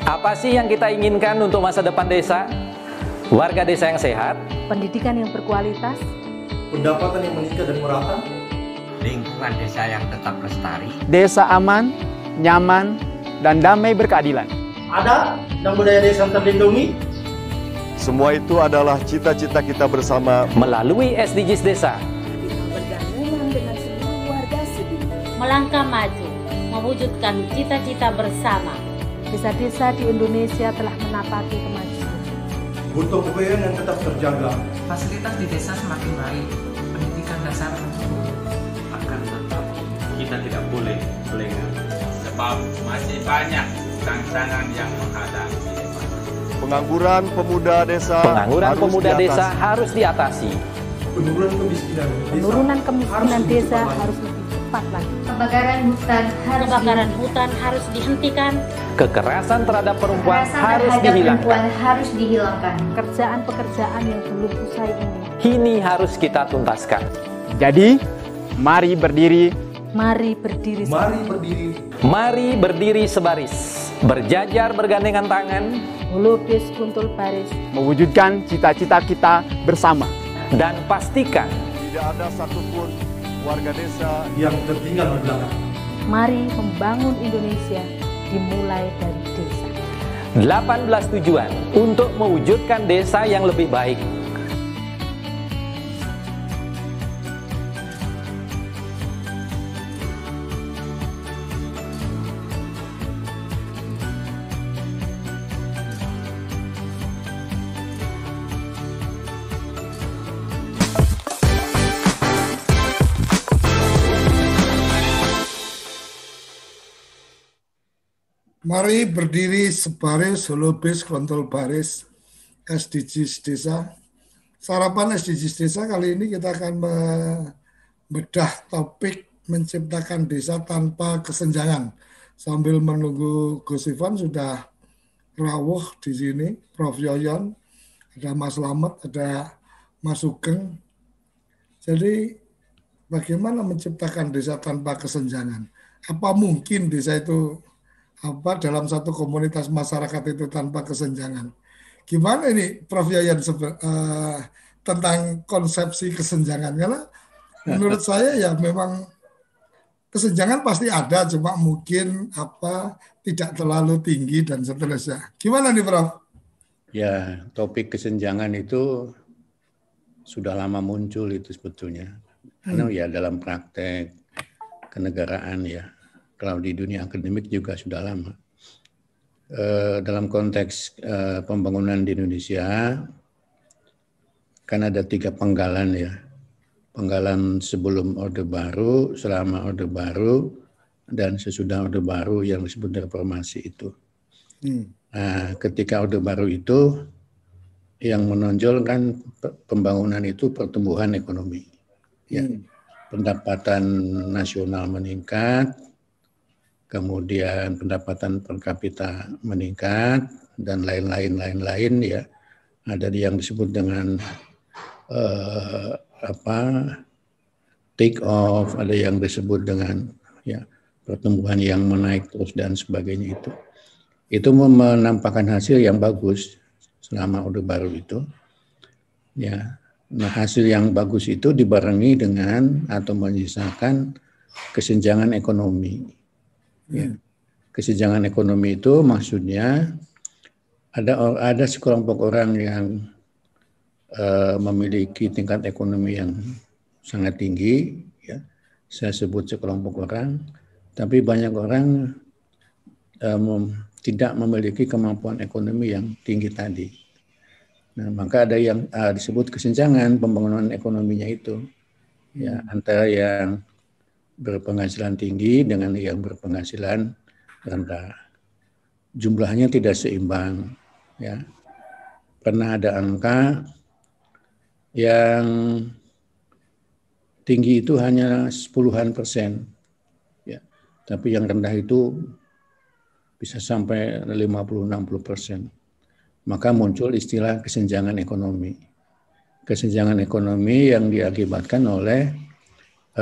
Apa sih yang kita inginkan untuk masa depan desa? Warga desa yang sehat, pendidikan yang berkualitas, pendapatan yang meningkat dan merata, lingkungan desa yang tetap lestari, desa aman, nyaman, dan damai berkeadilan. Adat dan budaya desa terlindungi. Semua itu adalah cita-cita kita bersama melalui SDGs Desa. bergandengan dengan seluruh warga sipil, melangkah maju, mewujudkan cita-cita bersama. Desa-desa di Indonesia telah menapaki kemajuan. Gotong royong yang tetap terjaga. Fasilitas di desa semakin baik, pendidikan dasar mencukupi. Akan tetap kita tidak boleh lengah, sebab masih banyak tantangan yang menghadapi. pengangguran pemuda desa. Pengangguran pemuda desa harus diatasi. Penurunan kemiskinan desa harus lebih cepat lagi. Kebakaran hutan harus dihentikan. Kekerasan terhadap perempuan harus dihilangkan. Pekerjaan-pekerjaan yang belum usai ini Kini harus kita tuntaskan. Jadi, mari berdiri. Mari berdiri. Mari berdiri sebaris, berjajar bergandengan tangan, melukis kuntul baris, Mewujudkan cita-cita kita bersama. dan pastikan Tidak ada satupun warga desa yang tertinggal di belakang. mari membangun Indonesia dimulai dari desa. 18 tujuan untuk mewujudkan desa yang lebih baik. Mari berdiri sebaris, holobis, kontrol baris, SDGs Desa. Sarapan SDGs Desa kali ini kita akan membedah topik menciptakan desa tanpa kesenjangan. Sambil menunggu Gus Ivan sudah rawuh di sini, Prof. Yoyon, ada Mas Slamet, ada Mas Sugeng. Jadi bagaimana menciptakan desa tanpa kesenjangan? Apa mungkin desa itu dalam satu komunitas masyarakat itu tanpa kesenjangan? Gimana ini Prof. Yayan tentang konsepsi kesenjangan? Karena menurut saya ya memang kesenjangan pasti ada, cuma mungkin tidak terlalu tinggi dan seterusnya. Gimana nih Prof? Ya, topik kesenjangan itu sudah lama muncul itu sebetulnya. Karena ya dalam praktek kenegaraan ya, kalau di dunia akademik juga sudah lama. Dalam konteks pembangunan di Indonesia, kan ada 3 penggalan ya. Penggalan sebelum Orde Baru, selama Orde Baru, dan sesudah Orde Baru yang disebut reformasi itu. Nah, ketika Orde Baru itu, yang menonjol kan pembangunan itu pertumbuhan ekonomi. Ya, pendapatan nasional meningkat, kemudian pendapatan per kapita meningkat, dan lain-lain ya. Ada yang disebut dengan take off, ada yang disebut dengan ya pertumbuhan yang menaik terus dan sebagainya itu. Itu menampakkan hasil yang bagus selama Orde Baru itu. Ya. Nah, hasil yang bagus itu dibarengi dengan atau menyisakan kesenjangan ekonomi. Ya. Kesenjangan ekonomi itu maksudnya ada sekelompok orang yang memiliki tingkat ekonomi yang sangat tinggi, ya. Saya sebut sekelompok orang, tapi banyak orang tidak memiliki kemampuan ekonomi yang tinggi tadi. Nah, maka ada yang disebut kesenjangan pembangunan ekonominya itu, ya, antara yang berpenghasilan tinggi dengan yang berpenghasilan rendah. Jumlahnya tidak seimbang, ya. Pernah ada angka yang tinggi itu hanya 10-an%, ya. Tapi yang rendah itu bisa sampai 50-60%. Maka muncul istilah kesenjangan ekonomi. Kesenjangan ekonomi yang diakibatkan oleh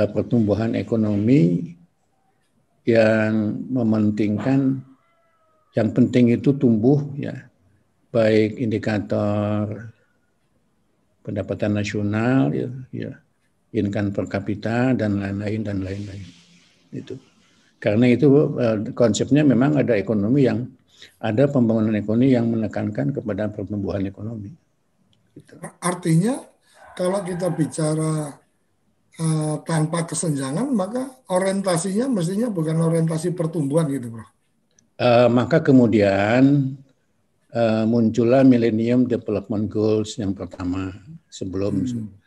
pertumbuhan ekonomi yang mementingkan Yang penting itu tumbuh ya, baik indikator pendapatan nasional, ya, income per kapita dan lain-lain itu. Karena itu konsepnya memang ada ekonomi yang ada pembangunan ekonomi yang menekankan kepada pertumbuhan ekonomi. Gitu. Artinya kalau kita bicara tanpa kesenjangan, maka orientasinya mestinya bukan orientasi pertumbuhan gitu, Bro. Maka kemudian muncullah Millennium Development Goals yang pertama sebelum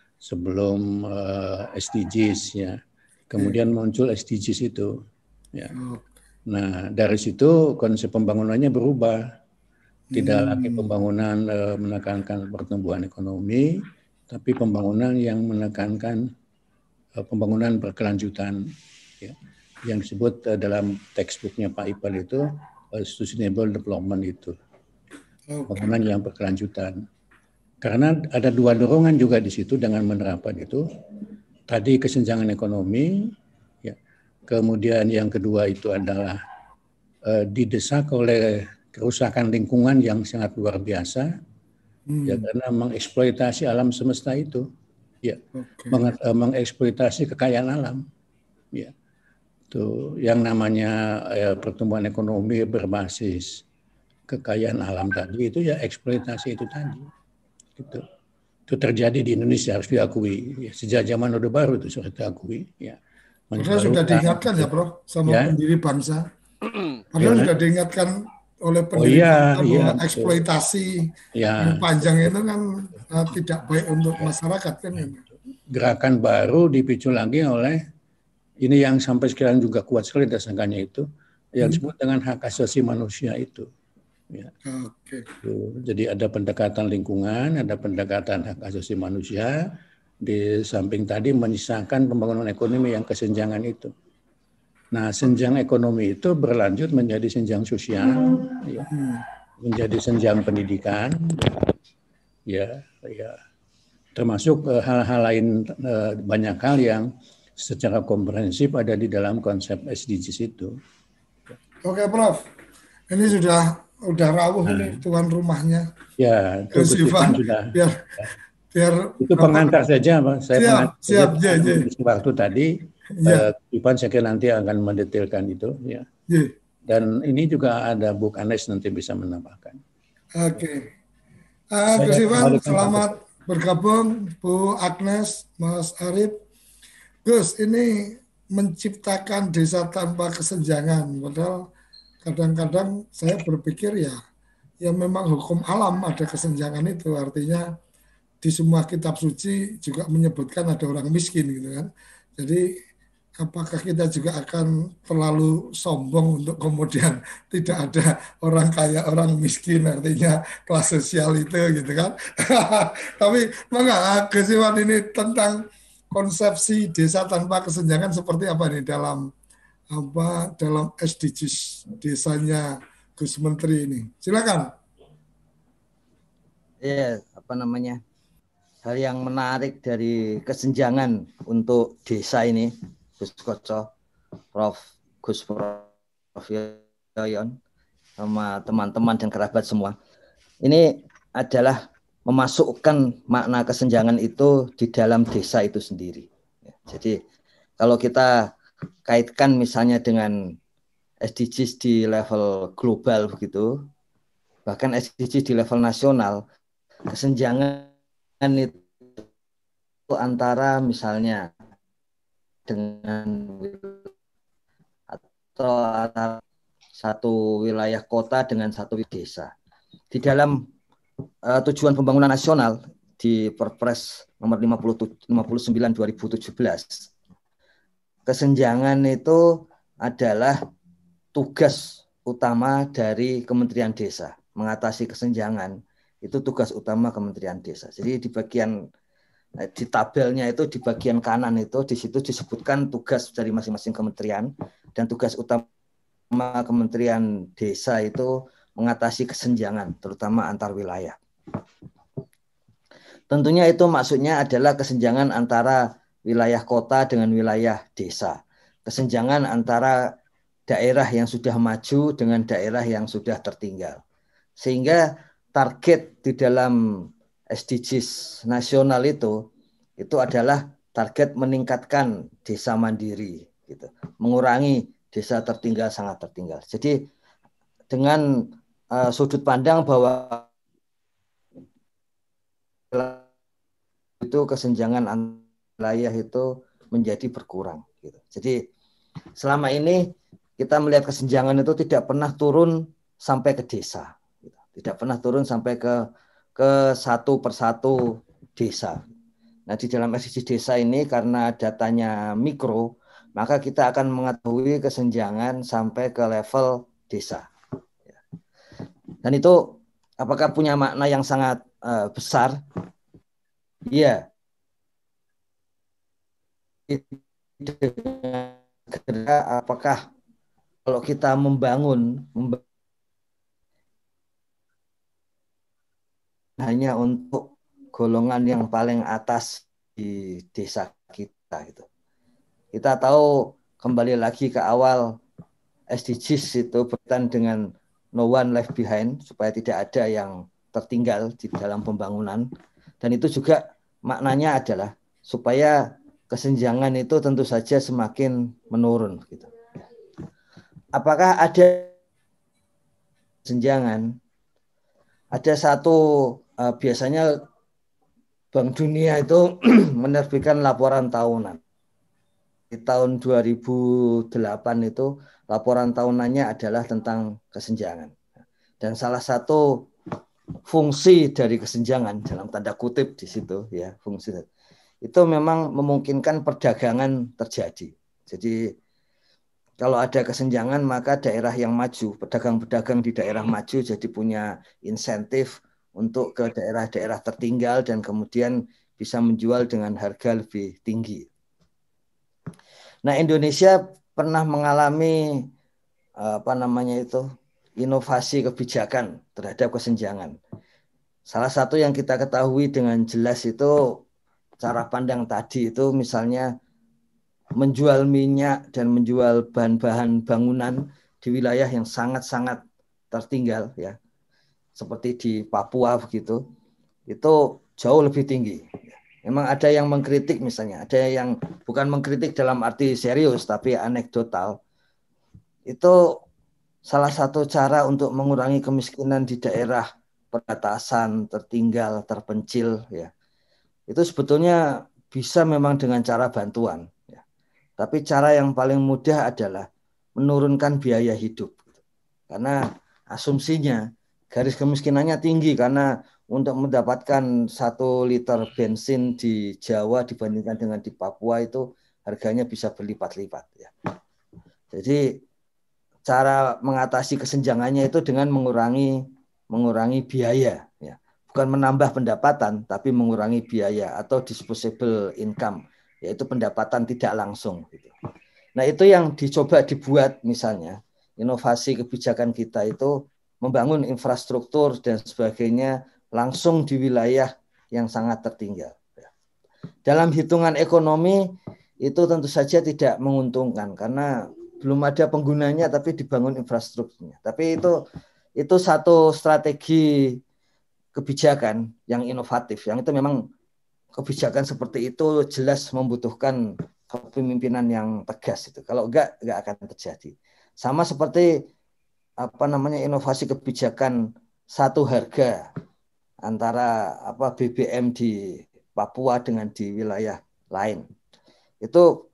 SDGs ya. Kemudian muncul SDGs itu. Ya. Nah, dari situ konsep pembangunannya berubah. Tidak lagi pembangunan menekankan pertumbuhan ekonomi, tapi pembangunan yang menekankan pembangunan berkelanjutan. Ya. Yang disebut dalam textbooknya Pak Ipal itu Sustainable Development itu. Pembangunan yang berkelanjutan. Karena ada dua dorongan juga di situ dengan menerapkan itu. Tadi kesenjangan ekonomi, ya. Kemudian yang kedua itu adalah didesak oleh kerusakan lingkungan yang sangat luar biasa, ya, karena mengeksploitasi alam semesta itu, ya, mengeksploitasi kekayaan alam, ya, itu yang namanya pertumbuhan ekonomi berbasis kekayaan alam tadi itu ya eksploitasi itu tadi, gitu. Itu terjadi di Indonesia, harus diakui. Ya, sejak zaman Orde Baru itu sudah diakui. Ya. Padahal sudah diingatkan ya, Prof, sama pendiri bangsa. Padahal sudah diingatkan oleh pendiri bangsa bahwa eksploitasi yang panjang itu kan tidak baik untuk masyarakat kan. Gerakan baru dipicu lagi oleh ini yang sampai sekarang juga kuat sekali dasarkannya itu, yang disebut dengan hak asasi manusia itu. Ya. Jadi ada pendekatan lingkungan, ada pendekatan hak asasi manusia, di samping tadi menyisakan pembangunan ekonomi yang kesenjangan itu. Nah, senjang ekonomi itu berlanjut menjadi senjang sosial, ya, menjadi senjang pendidikan, ya, termasuk hal-hal lain, banyak hal yang secara komprehensif ada di dalam konsep SDGs itu. Oke, Prof, ini sudah rawuh ini tuan rumahnya. Ya, itu sudah. Biar itu pengantar saja, Pak. Saya siap. Waktu tadi, Ivan saya kira nanti akan mendetailkan itu, ya. Dan ini juga ada Bu Anes nanti bisa menambahkan. Oke. Gus Ivan, selamat bergabung, Bu Agnes, Mas Arif. Gus, ini menciptakan desa tanpa kesenjangan, padahal kadang-kadang saya berpikir ya memang hukum alam ada kesenjangan itu, artinya di semua kitab suci juga menyebutkan ada orang miskin gitu kan. Jadi apakah kita juga akan terlalu sombong untuk kemudian tidak ada orang kaya, orang miskin, artinya kelas sosial itu gitu kan. Tapi maka Gus Iwan ini tentang konsepsi desa tanpa kesenjangan seperti apa nih dalam SDGs desanya Gus Menteri ini. Silakan. Ya, hal yang menarik dari kesenjangan untuk desa ini, Gus Koco, Gus Prof Yoyon, sama teman-teman dan kerabat semua. Ini adalah memasukkan makna kesenjangan itu di dalam desa itu sendiri. Jadi kalau kita kaitkan misalnya dengan SDGs di level global begitu, bahkan SDGs di level nasional, kesenjangan itu antara misalnya dengan atau antara satu wilayah kota dengan satu desa. Di dalam tujuan pembangunan nasional di Perpres nomor 59 2017, kesenjangan itu adalah tugas utama dari Kementerian Desa. Mengatasi kesenjangan itu tugas utama Kementerian Desa. Jadi di tabelnya itu di bagian kanan itu di situ disebutkan tugas dari masing-masing kementerian, dan tugas utama Kementerian Desa itu mengatasi kesenjangan terutama antar wilayah. Tentunya itu maksudnya adalah kesenjangan antara wilayah kota dengan wilayah desa, kesenjangan antara daerah yang sudah maju dengan daerah yang sudah tertinggal. Sehingga target di dalam SDGs nasional itu adalah target meningkatkan desa mandiri, gitu, mengurangi desa tertinggal sangat tertinggal. Jadi dengan sudut pandang bahwa itu kesenjangan wilayah itu menjadi berkurang, gitu. Jadi selama ini kita melihat kesenjangan itu tidak pernah turun sampai ke desa, gitu. Tidak pernah turun sampai ke satu persatu desa. Nah, di dalam SDGs desa ini karena datanya mikro, maka kita akan mengetahui kesenjangan sampai ke level desa. Dan itu apakah punya makna yang sangat besar? Iya. Apakah kalau kita membangun hanya untuk golongan yang paling atas di desa kita, gitu. Kita tahu kembali lagi ke awal SDGs itu berkaitan dengan no one left behind, supaya tidak ada yang tertinggal di dalam pembangunan. Dan itu juga maknanya adalah supaya kesenjangan itu tentu saja semakin menurun, gitu. Apakah ada kesenjangan? Ada satu biasanya Bank Dunia itu menerbitkan laporan tahunan. Di tahun 2008 itu laporan tahunannya adalah tentang kesenjangan. Dan salah satu fungsi dari kesenjangan dalam tanda kutip di situ, ya, fungsi itu memang memungkinkan perdagangan terjadi. Jadi kalau ada kesenjangan maka daerah yang maju, pedagang-pedagang di daerah maju jadi punya insentif untuk ke daerah-daerah tertinggal dan kemudian bisa menjual dengan harga lebih tinggi. Nah, Indonesia pernah mengalami inovasi kebijakan terhadap kesenjangan. Salah satu yang kita ketahui dengan jelas itu cara pandang tadi itu misalnya menjual minyak dan menjual bahan-bahan bangunan di wilayah yang sangat-sangat tertinggal, ya, seperti di Papua begitu, itu jauh lebih tinggi. Memang ada yang mengkritik misalnya, ada yang bukan mengkritik dalam arti serius tapi anekdotal. Itu salah satu cara untuk mengurangi kemiskinan di daerah perbatasan, tertinggal, terpencil, ya. Itu sebetulnya bisa memang dengan cara bantuan, ya. Tapi cara yang paling mudah adalah menurunkan biaya hidup. Karena asumsinya garis kemiskinannya tinggi karena untuk mendapatkan 1 liter bensin di Jawa dibandingkan dengan di Papua itu harganya bisa berlipat-lipat, ya. Jadi cara mengatasi kesenjangannya itu dengan mengurangi biaya, ya. Bukan menambah pendapatan tapi mengurangi biaya atau disposable income, yaitu pendapatan tidak langsung, gitu. Nah, itu yang dicoba dibuat misalnya inovasi kebijakan kita itu membangun infrastruktur dan sebagainya langsung di wilayah yang sangat tertinggal. Dalam hitungan ekonomi itu tentu saja tidak menguntungkan karena belum ada penggunanya tapi dibangun infrastrukturnya. Tapi itu satu strategi kebijakan yang inovatif, yang itu memang kebijakan seperti itu jelas membutuhkan kepemimpinan yang tegas itu. Kalau enggak akan terjadi. Sama seperti inovasi kebijakan satu harga antara BBM di Papua dengan di wilayah lain. Itu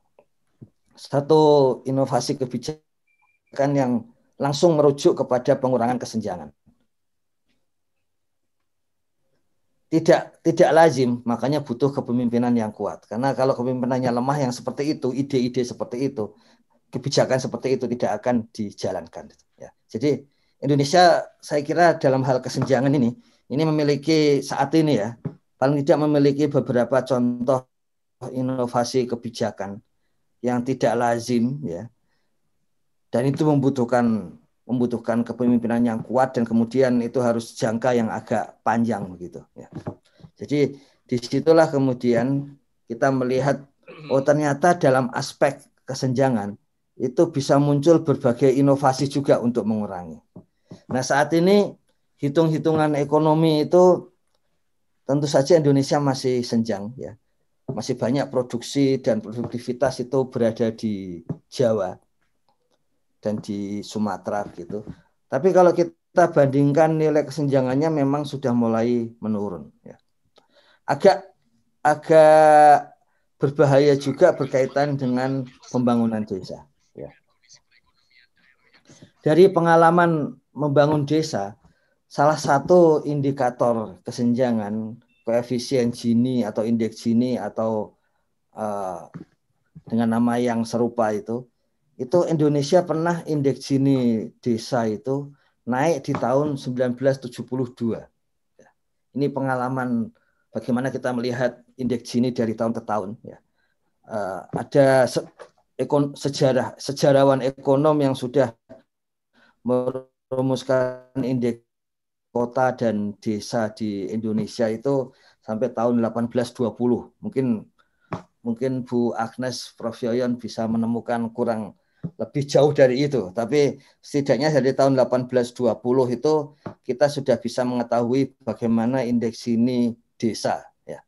satu inovasi kebijakan yang langsung merujuk kepada pengurangan kesenjangan. Tidak lazim, makanya butuh kepemimpinan yang kuat. Karena kalau kepemimpinannya lemah yang seperti itu, ide-ide seperti itu, kebijakan seperti itu tidak akan dijalankan. Ya. Jadi Indonesia saya kira dalam hal kesenjangan ini memiliki saat ini, ya, paling tidak memiliki beberapa contoh inovasi kebijakan yang tidak lazim, ya. Dan itu membutuhkan kepemimpinan yang kuat dan kemudian itu harus jangka yang agak panjang begitu, ya. Jadi disitulah kemudian kita melihat ternyata dalam aspek kesenjangan itu bisa muncul berbagai inovasi juga untuk mengurangi. Nah, saat ini hitung-hitungan ekonomi itu tentu saja Indonesia masih senjang ya. Masih banyak produksi dan produktivitas itu berada di Jawa dan di Sumatera gitu. Tapi kalau kita bandingkan nilai kesenjangannya memang sudah mulai menurun ya. Agak berbahaya juga berkaitan dengan pembangunan desa ya. Dari pengalaman membangun desa, salah satu indikator kesenjangan koefisien Gini atau indeks Gini atau dengan nama yang serupa itu Indonesia pernah indeks Gini desa itu naik di tahun 1972. Ini pengalaman bagaimana kita melihat indeks Gini dari tahun ke tahun. Ya. Ada sejarawan ekonom yang sudah merumuskan indeks kota dan desa di Indonesia itu sampai tahun 1820. Mungkin Bu Agnes, Prof. Yoyon bisa menemukan kurang lebih jauh dari itu. Tapi setidaknya dari tahun 1820 itu kita sudah bisa mengetahui bagaimana indeks Gini desa. Ya.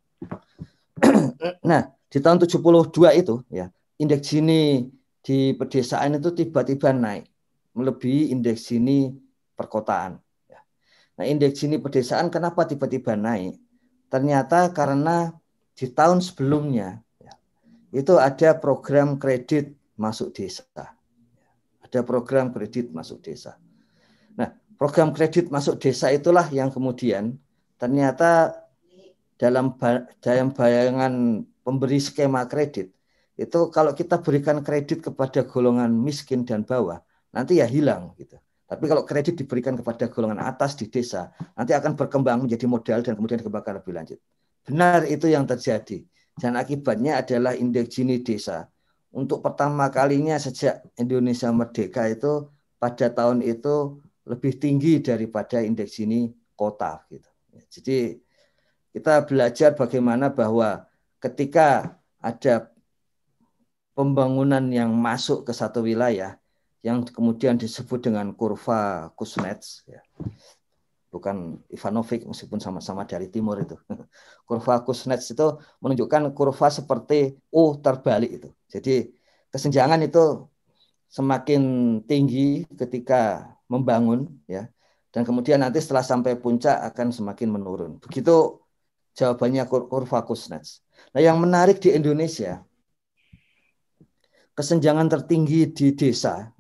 Nah, di tahun 72 itu ya indeks Gini di pedesaan itu tiba-tiba naik melebihi indeks Gini perkotaan. Nah, indeks Gini pedesaan kenapa tiba-tiba naik? Ternyata karena di tahun sebelumnya ya, itu ada program kredit masuk desa. Ada program kredit masuk desa. Nah, program kredit masuk desa itulah yang kemudian ternyata dalam bayangan pemberi skema kredit itu kalau kita berikan kredit kepada golongan miskin dan bawah, nanti ya hilang gitu. Tapi kalau kredit diberikan kepada golongan atas di desa, nanti akan berkembang menjadi modal dan kemudian dikembangkan lebih lanjut. Benar itu yang terjadi. Dan akibatnya adalah indeks Gini desa. Untuk pertama kalinya sejak Indonesia merdeka itu pada tahun itu lebih tinggi daripada indeks Gini kota. Gitu. Jadi kita belajar bagaimana bahwa ketika ada pembangunan yang masuk ke satu wilayah, yang kemudian disebut dengan kurva Kuznets, ya. Bukan Ivanovic meskipun sama-sama dari timur itu. Kurva Kuznets itu menunjukkan kurva seperti U terbalik itu. Jadi kesenjangan itu semakin tinggi ketika membangun, ya, dan kemudian nanti setelah sampai puncak akan semakin menurun. Begitu jawabannya kurva Kuznets. Nah, yang menarik di Indonesia, kesenjangan tertinggi di desa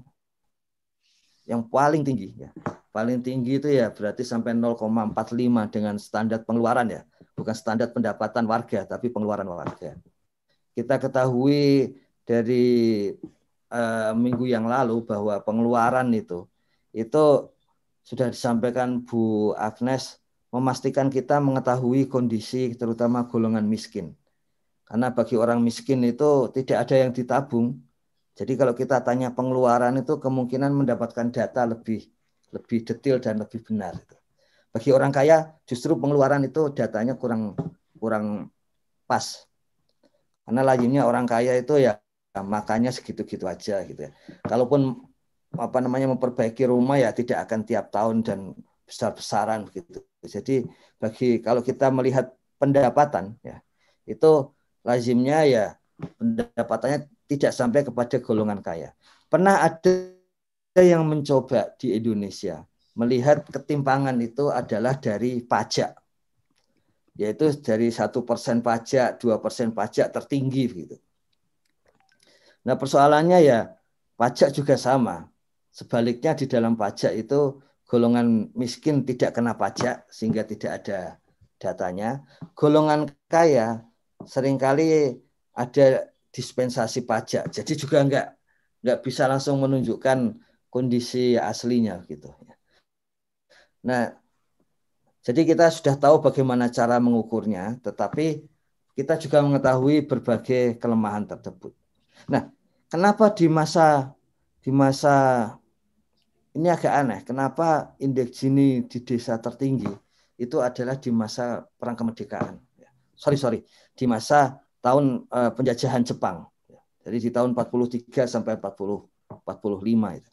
yang paling tinggi ya. Paling tinggi itu ya berarti sampai 0,45 dengan standar pengeluaran ya, bukan standar pendapatan warga tapi pengeluaran warga. Kita ketahui dari minggu yang lalu bahwa pengeluaran itu sudah disampaikan Bu Agnes, memastikan kita mengetahui kondisi terutama golongan miskin. Karena bagi orang miskin itu tidak ada yang ditabung. Jadi kalau kita tanya pengeluaran itu kemungkinan mendapatkan data lebih detail dan lebih benar. Bagi orang kaya justru pengeluaran itu datanya kurang pas. Karena lazimnya orang kaya itu ya makannya segitu-gitu aja gitu ya. Kalaupun memperbaiki rumah ya tidak akan tiap tahun dan besar-besaran gitu. Jadi kalau kita melihat pendapatan ya itu lazimnya ya pendapatannya tidak sampai kepada golongan kaya. Pernah ada yang mencoba di Indonesia melihat ketimpangan itu adalah dari pajak, yaitu dari 1% pajak, 2% pajak tertinggi gitu. Nah persoalannya ya pajak juga sama. Sebaliknya di dalam pajak itu golongan miskin tidak kena pajak sehingga tidak ada datanya. Golongan kaya seringkali ada dispensasi pajak, jadi juga nggak bisa langsung menunjukkan kondisi aslinya gitu. Nah, jadi kita sudah tahu bagaimana cara mengukurnya, tetapi kita juga mengetahui berbagai kelemahan tersebut. Nah, kenapa di masa ini agak aneh, kenapa indeks Gini di desa tertinggi itu adalah di masa perang kemerdekaan. Di masa tahun penjajahan Jepang. Jadi di tahun 43 sampai 45. itu.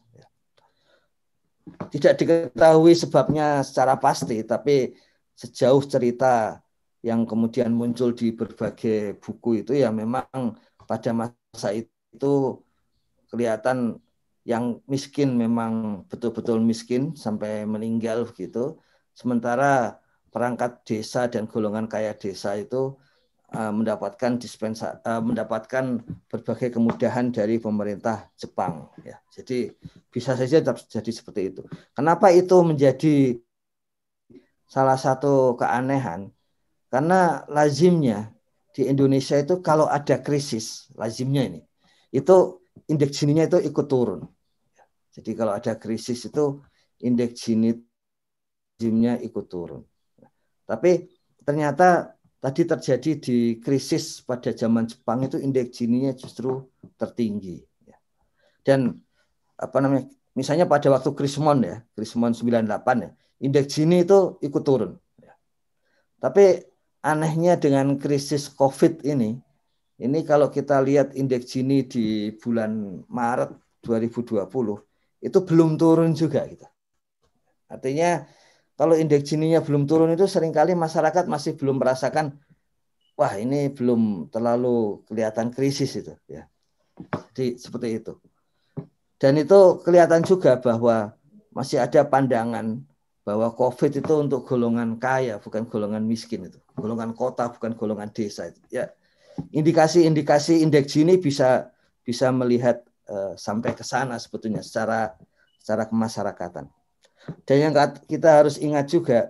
Tidak diketahui sebabnya secara pasti, tapi sejauh cerita yang kemudian muncul di berbagai buku itu ya memang pada masa itu kelihatan yang miskin memang betul-betul miskin sampai meninggal begitu. Sementara perangkat desa dan golongan kaya desa itu mendapatkan mendapatkan berbagai kemudahan dari pemerintah Jepang. Ya, jadi bisa saja terjadi seperti itu. Kenapa itu menjadi salah satu keanehan? Karena lazimnya di Indonesia itu kalau ada krisis, lazimnya ini, itu indeks Gini-nya itu ikut turun. Jadi kalau ada krisis itu indeks Gini-nya ikut turun. Tapi ternyata tadi terjadi di krisis pada zaman Jepang itu indeks Gini-nya justru tertinggi. Dan misalnya pada waktu Krismon 98 ya, indeks Gini itu ikut turun. Tapi anehnya dengan krisis COVID ini kalau kita lihat indeks Gini di bulan Maret 2020 itu belum turun juga gitu. Artinya kalau indeks Gini-nya belum turun itu seringkali masyarakat masih belum merasakan, wah ini belum terlalu kelihatan krisis itu. Ya. Jadi seperti itu. Dan itu kelihatan juga bahwa masih ada pandangan bahwa COVID itu untuk golongan kaya, bukan golongan miskin itu. Golongan kota, bukan golongan desa itu. Ya. Indikasi-indikasi indeks Gini bisa melihat sampai ke sana sebetulnya secara kemasyarakatan. Dan yang kita harus ingat juga,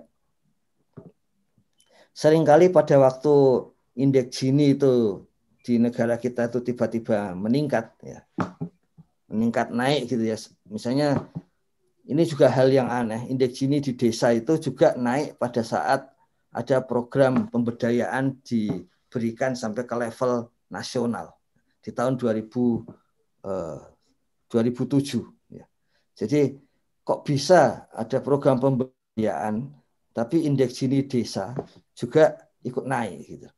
seringkali pada waktu indeks Gini itu di negara kita itu tiba-tiba meningkat, ya, meningkat naik gitu ya. Misalnya ini juga hal yang aneh, indeks Gini di desa itu juga naik pada saat ada program pemberdayaan diberikan sampai ke level nasional di tahun 2007. Ya. Jadi kok bisa ada program pemberdayaan tapi indeks Gini desa juga ikut naik gitu.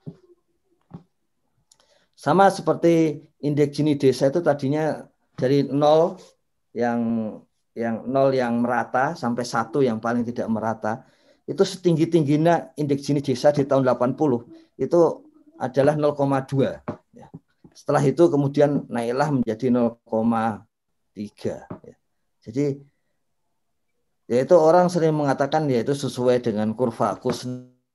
Sama seperti indeks Gini desa itu tadinya dari 0 yang 0 yang merata sampai 1 yang paling tidak merata. Itu setinggi-tingginya indeks Gini desa di tahun 80 itu adalah 0,2. Ya. Setelah itu kemudian naiklah menjadi 0,3. Ya. Jadi yaitu orang sering mengatakan yaitu sesuai dengan kurva Kus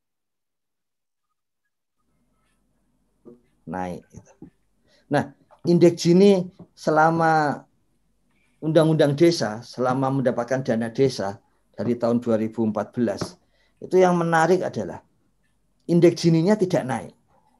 naik. Nah, indeks Gini selama Undang-Undang Desa, selama mendapatkan dana desa dari tahun 2014, itu yang menarik adalah indeks Gini-nya tidak naik.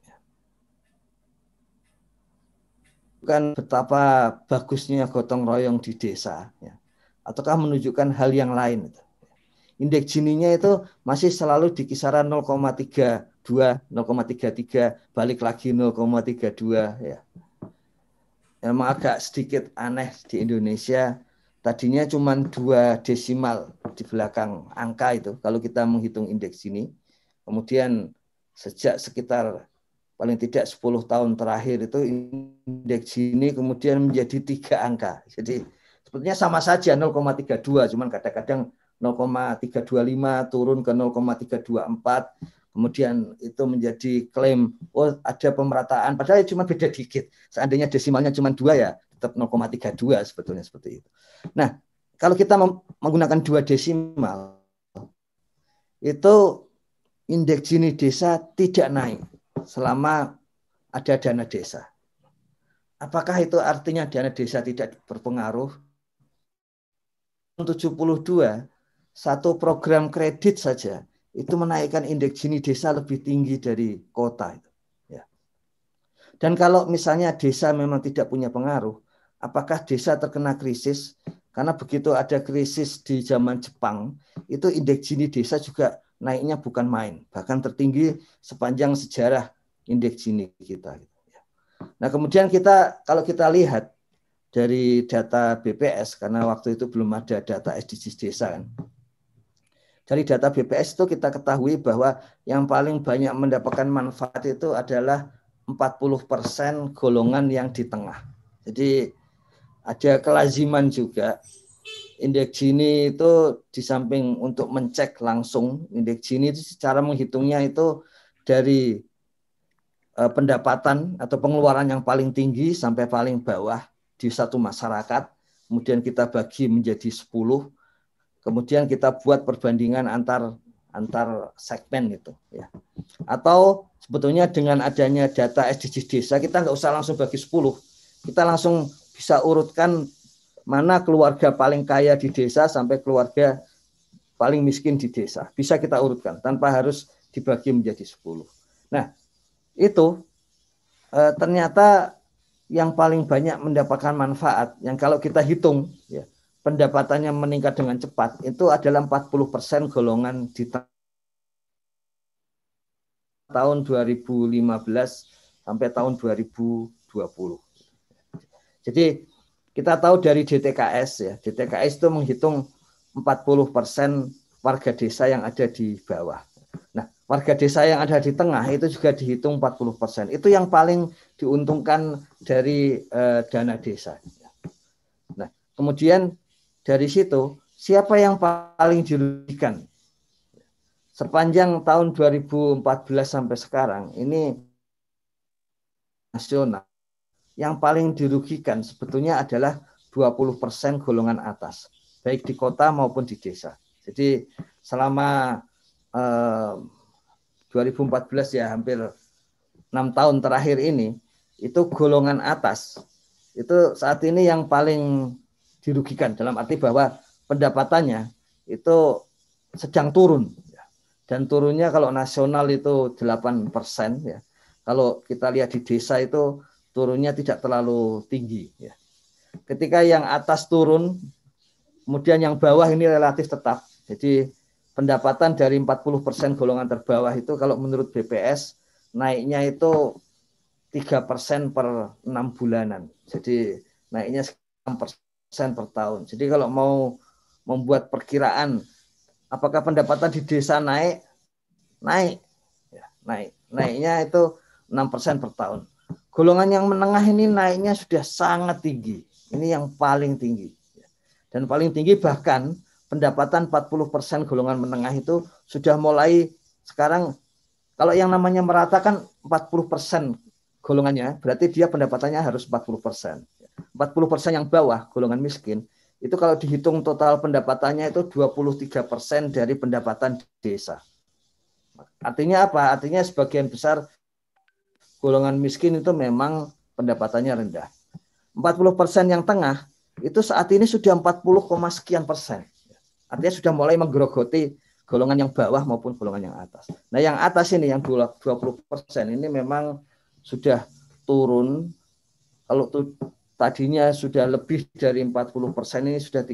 Bukan betapa bagusnya gotong royong di desa, ya, ataukah menunjukkan hal yang lain. Indeks Gini-nya itu masih selalu di kisaran 0,32, 0,33, balik lagi 0,32 ya. Memang agak sedikit aneh di Indonesia. Tadinya cuma 2 desimal di belakang angka itu kalau kita menghitung indeks Gini. Kemudian sejak sekitar paling tidak 10 tahun terakhir itu indeks Gini kemudian menjadi 3 angka. Jadi sebetulnya sama saja 0,32, cuman kadang-kadang 0,325 turun ke 0,324. Kemudian itu menjadi klaim, oh ada pemerataan, padahal cuma beda dikit. Seandainya desimalnya cuma 2 ya, tetap 0,32 sebetulnya seperti itu. Nah, kalau kita menggunakan 2 desimal, itu indeks Gini desa tidak naik selama ada dana desa. Apakah itu artinya dana desa tidak berpengaruh? 72, satu program kredit saja itu menaikkan indeks Gini desa lebih tinggi dari kota. Ya. Dan kalau misalnya desa memang tidak punya pengaruh, apakah desa terkena krisis? Karena begitu ada krisis di zaman Jepang, itu indeks Gini desa juga naiknya bukan main, bahkan tertinggi sepanjang sejarah indeks Gini kita. Nah kemudian kalau kita lihat dari data BPS, karena waktu itu belum ada data SDGs desa kan. Dari data BPS itu kita ketahui bahwa yang paling banyak mendapatkan manfaat itu adalah 40% golongan yang di tengah. Jadi ada kelaziman juga. Indeks Gini itu di samping untuk mencek langsung, indeks Gini itu secara menghitungnya itu dari pendapatan atau pengeluaran yang paling tinggi sampai paling bawah di satu masyarakat, kemudian kita bagi menjadi 10, kemudian kita buat perbandingan antar segmen gitu ya. Atau sebetulnya dengan adanya data SDGs desa, kita nggak usah langsung bagi 10, kita langsung bisa urutkan mana keluarga paling kaya di desa sampai keluarga paling miskin di desa. Bisa kita urutkan tanpa harus dibagi menjadi 10. Nah, itu ternyata yang paling banyak mendapatkan manfaat, yang kalau kita hitung ya, pendapatannya meningkat dengan cepat, itu adalah 40% golongan di tahun 2015 sampai tahun 2020. Jadi kita tahu dari DTKS ya, DTKS itu menghitung 40% warga desa yang ada di bawah. Nah, warga desa yang ada di tengah itu juga dihitung 40%. Itu yang paling diuntungkan dari dana desa. Nah, kemudian dari situ siapa yang paling dirugikan? Sepanjang tahun 2014 sampai sekarang ini nasional. Yang paling dirugikan sebetulnya adalah 20% golongan atas, baik di kota maupun di desa. Jadi selama 2014 ya, hampir 6 tahun terakhir ini, itu golongan atas, itu saat ini yang paling dirugikan, dalam arti bahwa pendapatannya itu sedang turun. Dan turunnya kalau nasional itu 8%, ya. Kalau kita lihat di desa itu turunnya tidak terlalu tinggi. Ya. Ketika yang atas turun, kemudian yang bawah ini relatif tetap. Jadi pendapatan dari 40% golongan terbawah itu kalau menurut BPS naiknya itu 3% per 6 bulanan. Jadi naiknya 6% per tahun. Jadi kalau mau membuat perkiraan apakah pendapatan di desa naik? Naik. Ya, naiknya itu 6% per tahun. Golongan yang menengah ini naiknya sudah sangat tinggi. Ini yang paling tinggi. Dan paling tinggi bahkan pendapatan 40% golongan menengah itu sudah mulai sekarang, kalau yang namanya merata kan 40% golongannya, berarti dia pendapatannya harus 40%. 40% yang bawah, golongan miskin, itu kalau dihitung total pendapatannya itu 23% dari pendapatan desa. Artinya apa? Artinya sebagian besar golongan miskin itu memang pendapatannya rendah. 40% yang tengah itu saat ini sudah 40,sekian persen. Artinya sudah mulai menggerogoti golongan yang bawah maupun golongan yang atas. Nah, yang atas ini yang 20% ini memang sudah turun. Kalau tadinya sudah lebih dari 40%, ini sudah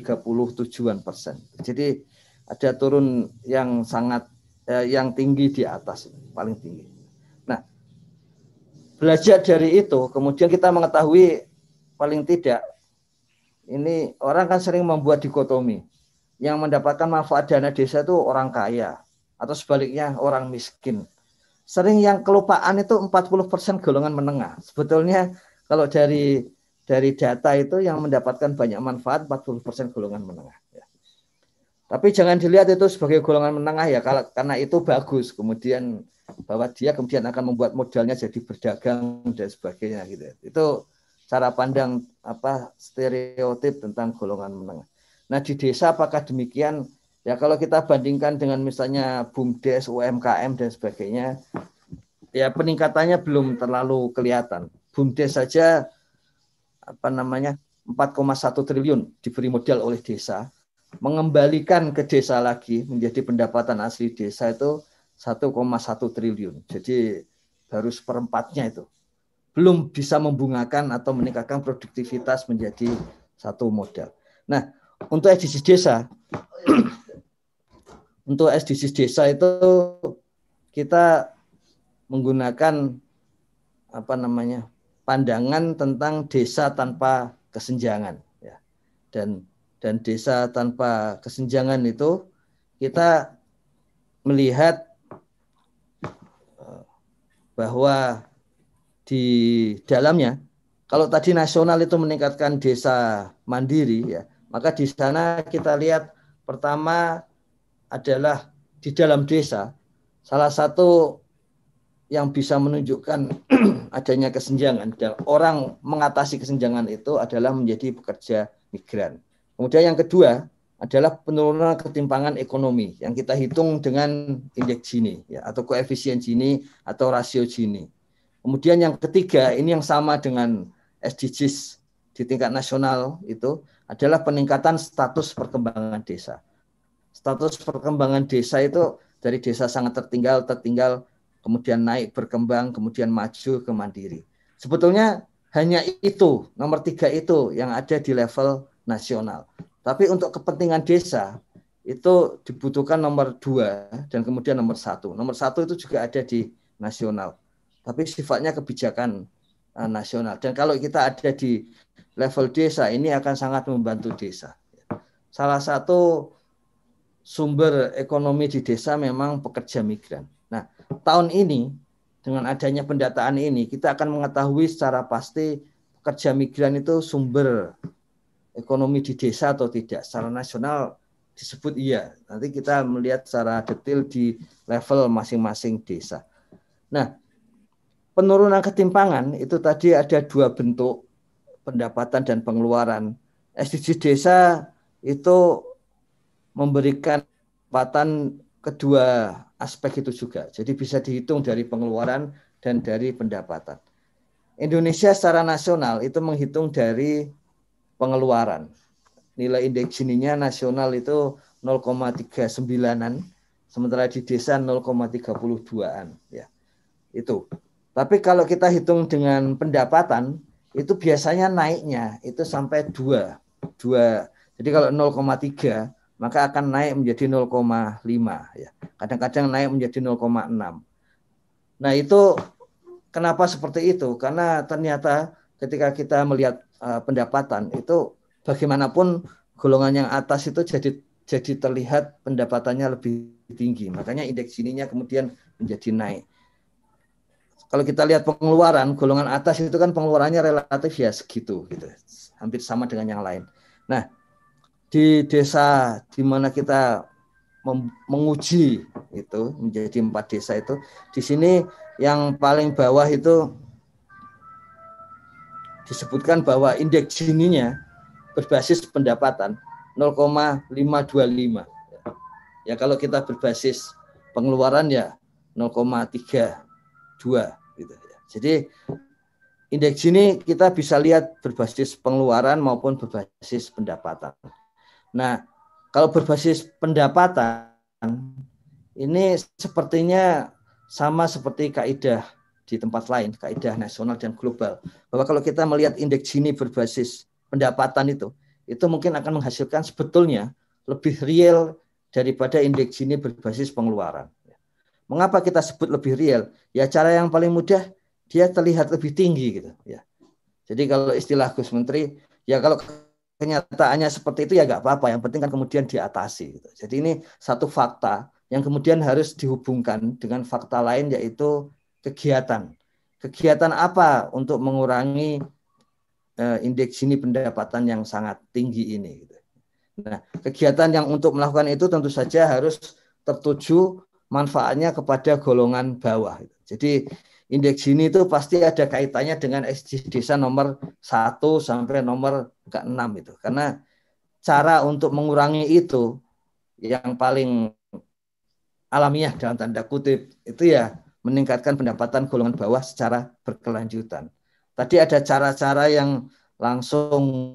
37%. Jadi ada turun yang sangat yang tinggi di atas, paling tinggi. Nah, belajar dari itu, kemudian kita mengetahui paling tidak, ini orang kan sering membuat dikotomi. Yang mendapatkan manfaat dana desa itu orang kaya, atau sebaliknya orang miskin. Sering yang kelupaan itu 40% golongan menengah. Sebetulnya kalau dari data itu yang mendapatkan banyak manfaat 40% golongan menengah. Tapi jangan dilihat itu sebagai golongan menengah ya, karena itu bagus. Kemudian bahwa dia kemudian akan membuat modalnya jadi berdagang dan sebagainya gitu. Itu cara pandang stereotip tentang golongan menengah. Nah, di desa apakah demikian? Ya kalau kita bandingkan dengan misalnya BUMDes, UMKM dan sebagainya, ya peningkatannya belum terlalu kelihatan. BUMDes saja 4,1 triliun diberi modal oleh desa, mengembalikan ke desa lagi menjadi pendapatan asli desa itu 1,1 triliun. Jadi baru seperempatnya itu. Belum bisa membungakan atau meningkatkan produktivitas menjadi satu modal. Nah, untuk SDGs desa, untuk SDGs desa itu kita menggunakan pandangan tentang desa tanpa kesenjangan, ya. Dan desa tanpa kesenjangan itu kita melihat bahwa di dalamnya Kalau tadi nasional itu meningkatkan desa mandiri ya, maka di sana kita lihat pertama adalah di dalam desa salah satu yang bisa menunjukkan adanya kesenjangan dan orang mengatasi kesenjangan itu adalah menjadi pekerja migran. Kemudian yang kedua adalah penurunan ketimpangan ekonomi yang kita hitung dengan indeks Gini ya, atau koefisien Gini atau rasio Gini. Kemudian yang ketiga, ini yang sama dengan SDGs di tingkat nasional itu adalah peningkatan status perkembangan desa. Status perkembangan desa itu dari desa sangat tertinggal, kemudian naik berkembang, kemudian maju ke mandiri. Sebetulnya hanya itu, nomor 3 itu yang ada di level nasional. Tapi untuk kepentingan desa itu dibutuhkan nomor 2 dan kemudian nomor 1. Nomor 1 itu juga ada di nasional. Tapi sifatnya kebijakan nasional. Dan kalau kita ada di level desa, ini akan sangat membantu desa. Salah satu sumber ekonomi di desa memang pekerja migran. Nah, tahun ini dengan adanya pendataan ini kita akan mengetahui secara pasti pekerja migran itu sumber ekonomi di desa atau tidak. Secara nasional disebut iya. Nanti kita melihat secara detail di level masing-masing desa. Nah, penurunan ketimpangan itu tadi ada 2 bentuk pendapatan dan pengeluaran. SDGs desa itu memberikan pendapatan kedua aspek itu juga. Jadi bisa dihitung dari pengeluaran dan dari pendapatan. Indonesia secara nasional itu menghitung dari pengeluaran. Nilai indeks Gini-nya nasional itu 0,39-an, sementara di desa 0,32-an ya. Itu. Tapi kalau kita hitung dengan pendapatan itu biasanya naiknya itu sampai 2. Jadi kalau 0,3 maka akan naik menjadi 0,5 ya. Kadang-kadang naik menjadi 0,6. Nah, itu kenapa seperti itu? Karena ternyata ketika kita melihat pendapatan itu bagaimanapun golongan yang atas itu jadi terlihat pendapatannya lebih tinggi. Makanya indeks Gini-nya kemudian menjadi naik. Kalau kita lihat pengeluaran, golongan atas itu kan pengeluarannya relatif ya segitu gitu. Hampir sama dengan yang lain. Nah, di desa di mana kita menguji itu menjadi 4 desa itu, di sini yang paling bawah itu disebutkan bahwa indeks Gini-nya berbasis pendapatan 0,525. Ya kalau kita berbasis pengeluaran ya 0,32 gitu ya. Jadi indeks Gini kita bisa lihat berbasis pengeluaran maupun berbasis pendapatan. Nah, kalau berbasis pendapatan ini sepertinya sama seperti kaidah di tempat lain, kaidah nasional dan global. Bahwa kalau kita melihat indeks Gini berbasis pendapatan itu mungkin akan menghasilkan sebetulnya lebih real daripada indeks Gini berbasis pengeluaran. Mengapa kita sebut lebih real? Ya cara yang paling mudah dia terlihat lebih tinggi gitu ya. Jadi kalau istilah Gus Menteri, ya kalau kenyataannya seperti itu ya nggak apa-apa, yang penting kan kemudian diatasi gitu. Jadi ini satu fakta yang kemudian harus dihubungkan dengan fakta lain yaitu kegiatan. Kegiatan apa untuk mengurangi indeks Gini pendapatan yang sangat tinggi ini gitu. Nah, kegiatan yang untuk melakukan itu tentu saja harus tertuju manfaatnya kepada golongan bawah gitu. Jadi indeks Gini itu pasti ada kaitannya dengan SDGs desa nomor 1 sampai nomor 6 itu. Karena cara untuk mengurangi itu yang paling alamiah dalam tanda kutip itu ya meningkatkan pendapatan golongan bawah secara berkelanjutan. Tadi ada cara-cara yang langsung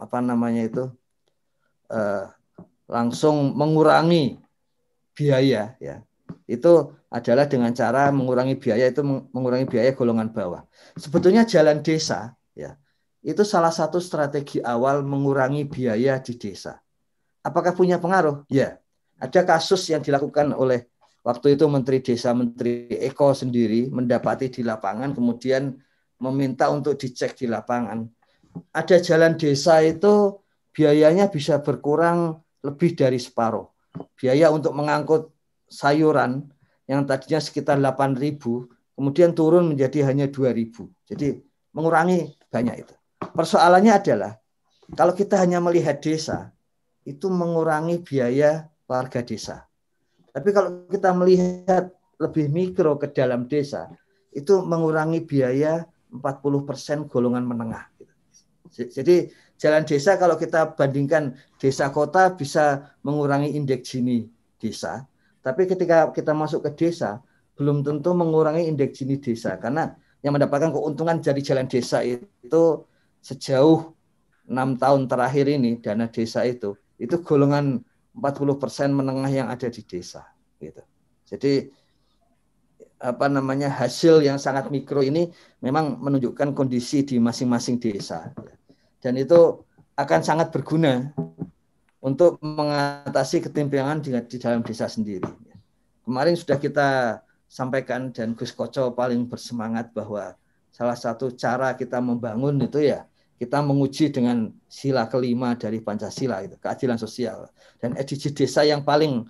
langsung mengurangi biaya ya. Itu adalah dengan cara mengurangi biaya golongan bawah. Sebetulnya jalan desa ya itu salah satu strategi awal mengurangi biaya di desa. Apakah punya pengaruh? Ya. Ada kasus yang dilakukan oleh waktu itu Menteri Desa, Menteri Eko sendiri mendapati di lapangan kemudian meminta untuk dicek di lapangan. Ada jalan desa itu biayanya bisa berkurang lebih dari separuh. Biaya untuk mengangkut sayuran yang tadinya sekitar 8.000 kemudian turun menjadi hanya 2.000. Jadi mengurangi banyak itu. Persoalannya adalah kalau kita hanya melihat desa, itu mengurangi biaya warga desa. Tapi kalau kita melihat lebih mikro ke dalam desa, itu mengurangi biaya 40% golongan menengah. Jadi jalan desa kalau kita bandingkan desa kota bisa mengurangi indeks Gini desa, tapi ketika kita masuk ke desa belum tentu mengurangi indeks Gini desa, karena yang mendapatkan keuntungan dari jalan desa itu sejauh 6 tahun terakhir ini dana desa itu golongan 40% menengah yang ada di desa gitu. Jadi hasil yang sangat mikro ini memang menunjukkan kondisi di masing-masing desa, dan itu akan sangat berguna untuk mengatasi ketimpangan di dalam desa sendiri. Kemarin sudah kita sampaikan dan Gus Koco paling bersemangat bahwa salah satu cara kita membangun itu ya kita menguji dengan sila kelima dari Pancasila, itu keadilan sosial. Dan SDGs desa yang paling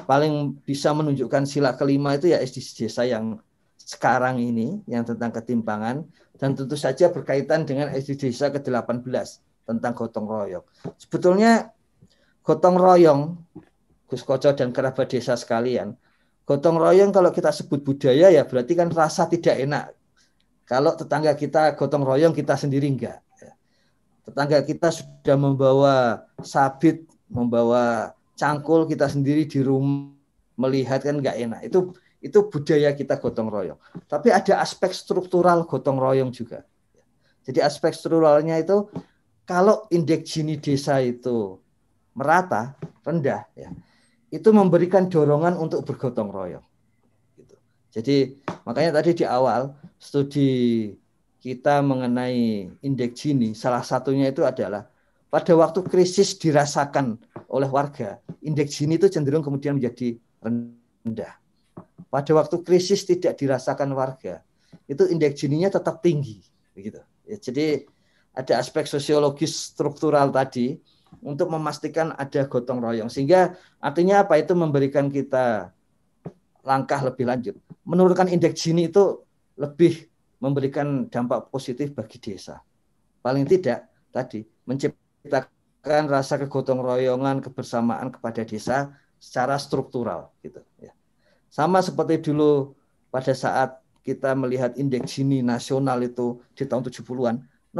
bisa menunjukkan sila kelima itu ya SDGs desa yang sekarang ini, yang tentang ketimpangan, dan tentu saja berkaitan dengan SDGs desa ke-18 tentang gotong royong. Sebetulnya gotong royong, Gus Koco dan kerabat desa sekalian, gotong royong kalau kita sebut budaya ya berarti kan rasa tidak enak. Kalau tetangga kita gotong royong, kita sendiri enggak. Tetangga kita sudah membawa sabit, membawa cangkul, kita sendiri di rumah melihat kan enggak enak. Itu budaya kita gotong royong. Tapi ada aspek struktural gotong royong juga. Jadi aspek strukturalnya itu kalau indeks Gini desa itu merata, rendah, ya, itu memberikan dorongan untuk bergotong royong. Gitu. Jadi makanya tadi di awal studi kita mengenai indeks Gini, salah satunya itu adalah pada waktu krisis dirasakan oleh warga, indeks Gini itu cenderung kemudian menjadi rendah. Pada waktu krisis tidak dirasakan warga, itu indeks Gininya tetap tinggi. Begitu. Ya, jadi ada aspek sosiologis struktural tadi untuk memastikan ada gotong royong. Sehingga artinya apa? Itu memberikan kita langkah lebih lanjut. Menurunkan indeks Gini itu lebih memberikan dampak positif bagi desa. Paling tidak tadi menciptakan rasa kegotong royongan, kebersamaan kepada desa secara struktural gitu ya. Sama seperti dulu pada saat kita melihat indeks Gini nasional itu di tahun 70-an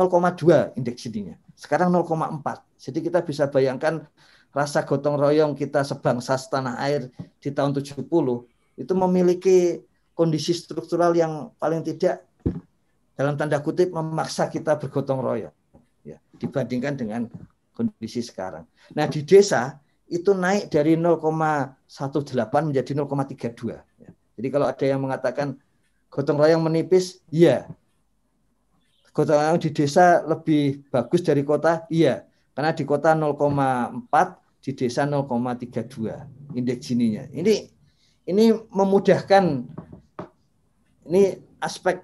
0,2 indeks Gininya. Sekarang 0,4. Jadi kita bisa bayangkan rasa gotong royong kita sebangsa setanah air di tahun 70 itu memiliki kondisi struktural yang paling tidak dalam tanda kutip memaksa kita bergotong royong ya, dibandingkan dengan kondisi sekarang. Nah di desa itu naik dari 0,18 menjadi 0,32 ya. Jadi kalau ada yang mengatakan gotong royong menipis, iya. Gotong royong di desa lebih bagus dari kota, iya. Karena di kota 0,4, di desa 0,32 indeks Gininya. Ini memudahkan, ini aspek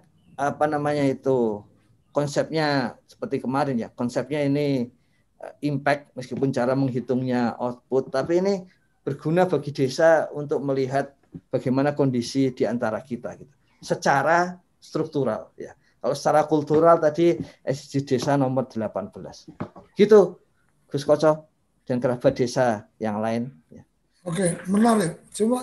konsepnya seperti kemarin ya, konsepnya ini impact meskipun cara menghitungnya output, tapi ini berguna bagi desa untuk melihat bagaimana kondisi di antara kita gitu. Secara struktural ya. Kalau secara kultural tadi SDGs desa nomor 18. Gitu Gus Koco dan kerabat desa yang lain ya. Oke, menarik. Cuma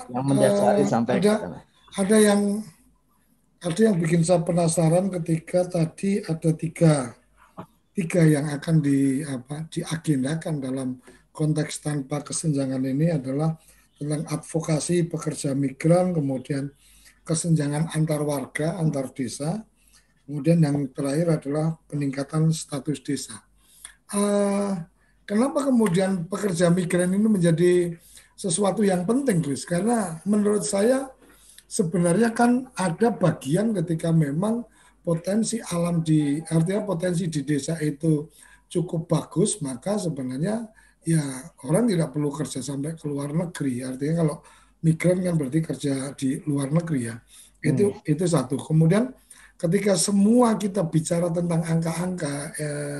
ada yang bikin saya penasaran ketika tadi ada tiga yang akan diagendakan dalam konteks tanpa kesenjangan ini adalah tentang advokasi pekerja migran, kemudian kesenjangan antar warga, antar desa, kemudian yang terakhir adalah peningkatan status desa. Kenapa kemudian pekerja migran ini menjadi sesuatu yang penting, Gus? Karena menurut saya sebenarnya kan ada bagian ketika memang potensi alam artinya potensi di desa itu cukup bagus, maka sebenarnya ya orang tidak perlu kerja sampai ke luar negeri. Artinya kalau migran kan berarti kerja di luar negeri ya. Itu satu. Kemudian ketika semua kita bicara tentang angka-angka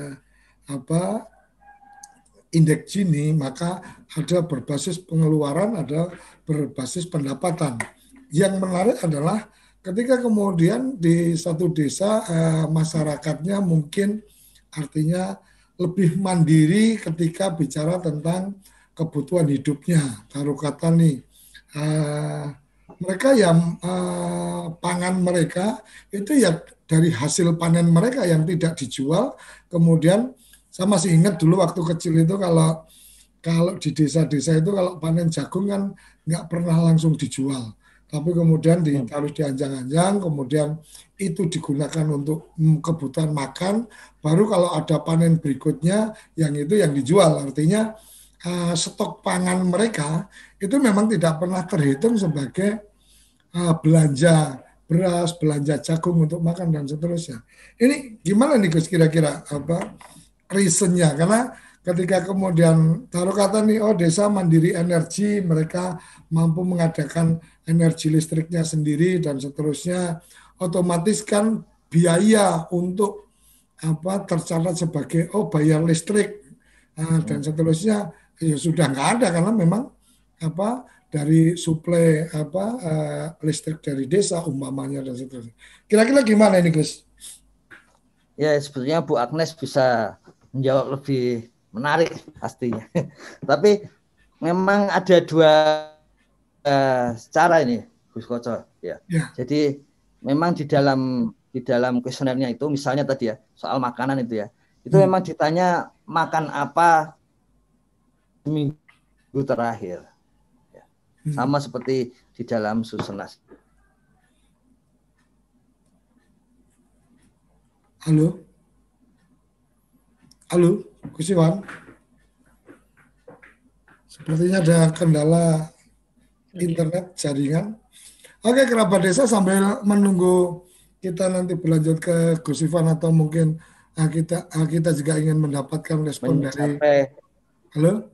indeks Gini, maka ada berbasis pengeluaran, ada berbasis pendapatan. Yang menarik adalah ketika kemudian di satu desa masyarakatnya mungkin artinya lebih mandiri ketika bicara tentang kebutuhan hidupnya. Taruh kata nih, mereka yang pangan mereka itu ya dari hasil panen mereka yang tidak dijual. Kemudian saya masih ingat dulu waktu kecil itu kalau di desa-desa itu kalau panen jagung kan nggak pernah langsung dijual, tapi kemudian ditaruh di anjang-anjang, kemudian itu digunakan untuk kebutuhan makan, baru kalau ada panen berikutnya yang itu yang dijual. Artinya stok pangan mereka itu memang tidak pernah terhitung sebagai belanja beras, belanja jagung untuk makan dan seterusnya. Ini gimana nih Gus kira-kira reasonnya? Karena ketika kemudian taruh kata nih, oh desa mandiri energi, mereka mampu mengadakan energi listriknya sendiri dan seterusnya, otomatis kan biaya untuk tercatat sebagai bayar listrik dan seterusnya ya sudah nggak ada karena memang dari suplai listrik dari desa umpamanya dan seterusnya. Kira-kira gimana ini Gus? Ya sebetulnya Bu Agnes bisa menjawab lebih menarik pastinya. Tapi memang ada dua cara ini, Gus Koco. Ya. Jadi memang di dalam kuesionernya itu, misalnya tadi ya soal makanan itu ya, itu memang ditanya makan apa minggu terakhir. Ya. Sama seperti di dalam Susenas. Halo, Gus Iwan. Sepertinya ada kendala internet jaringan. Oke, kerabat desa sambil menunggu kita nanti berlanjut ke Gus Iwan atau mungkin kita juga ingin mendapatkan respon dari. Halo.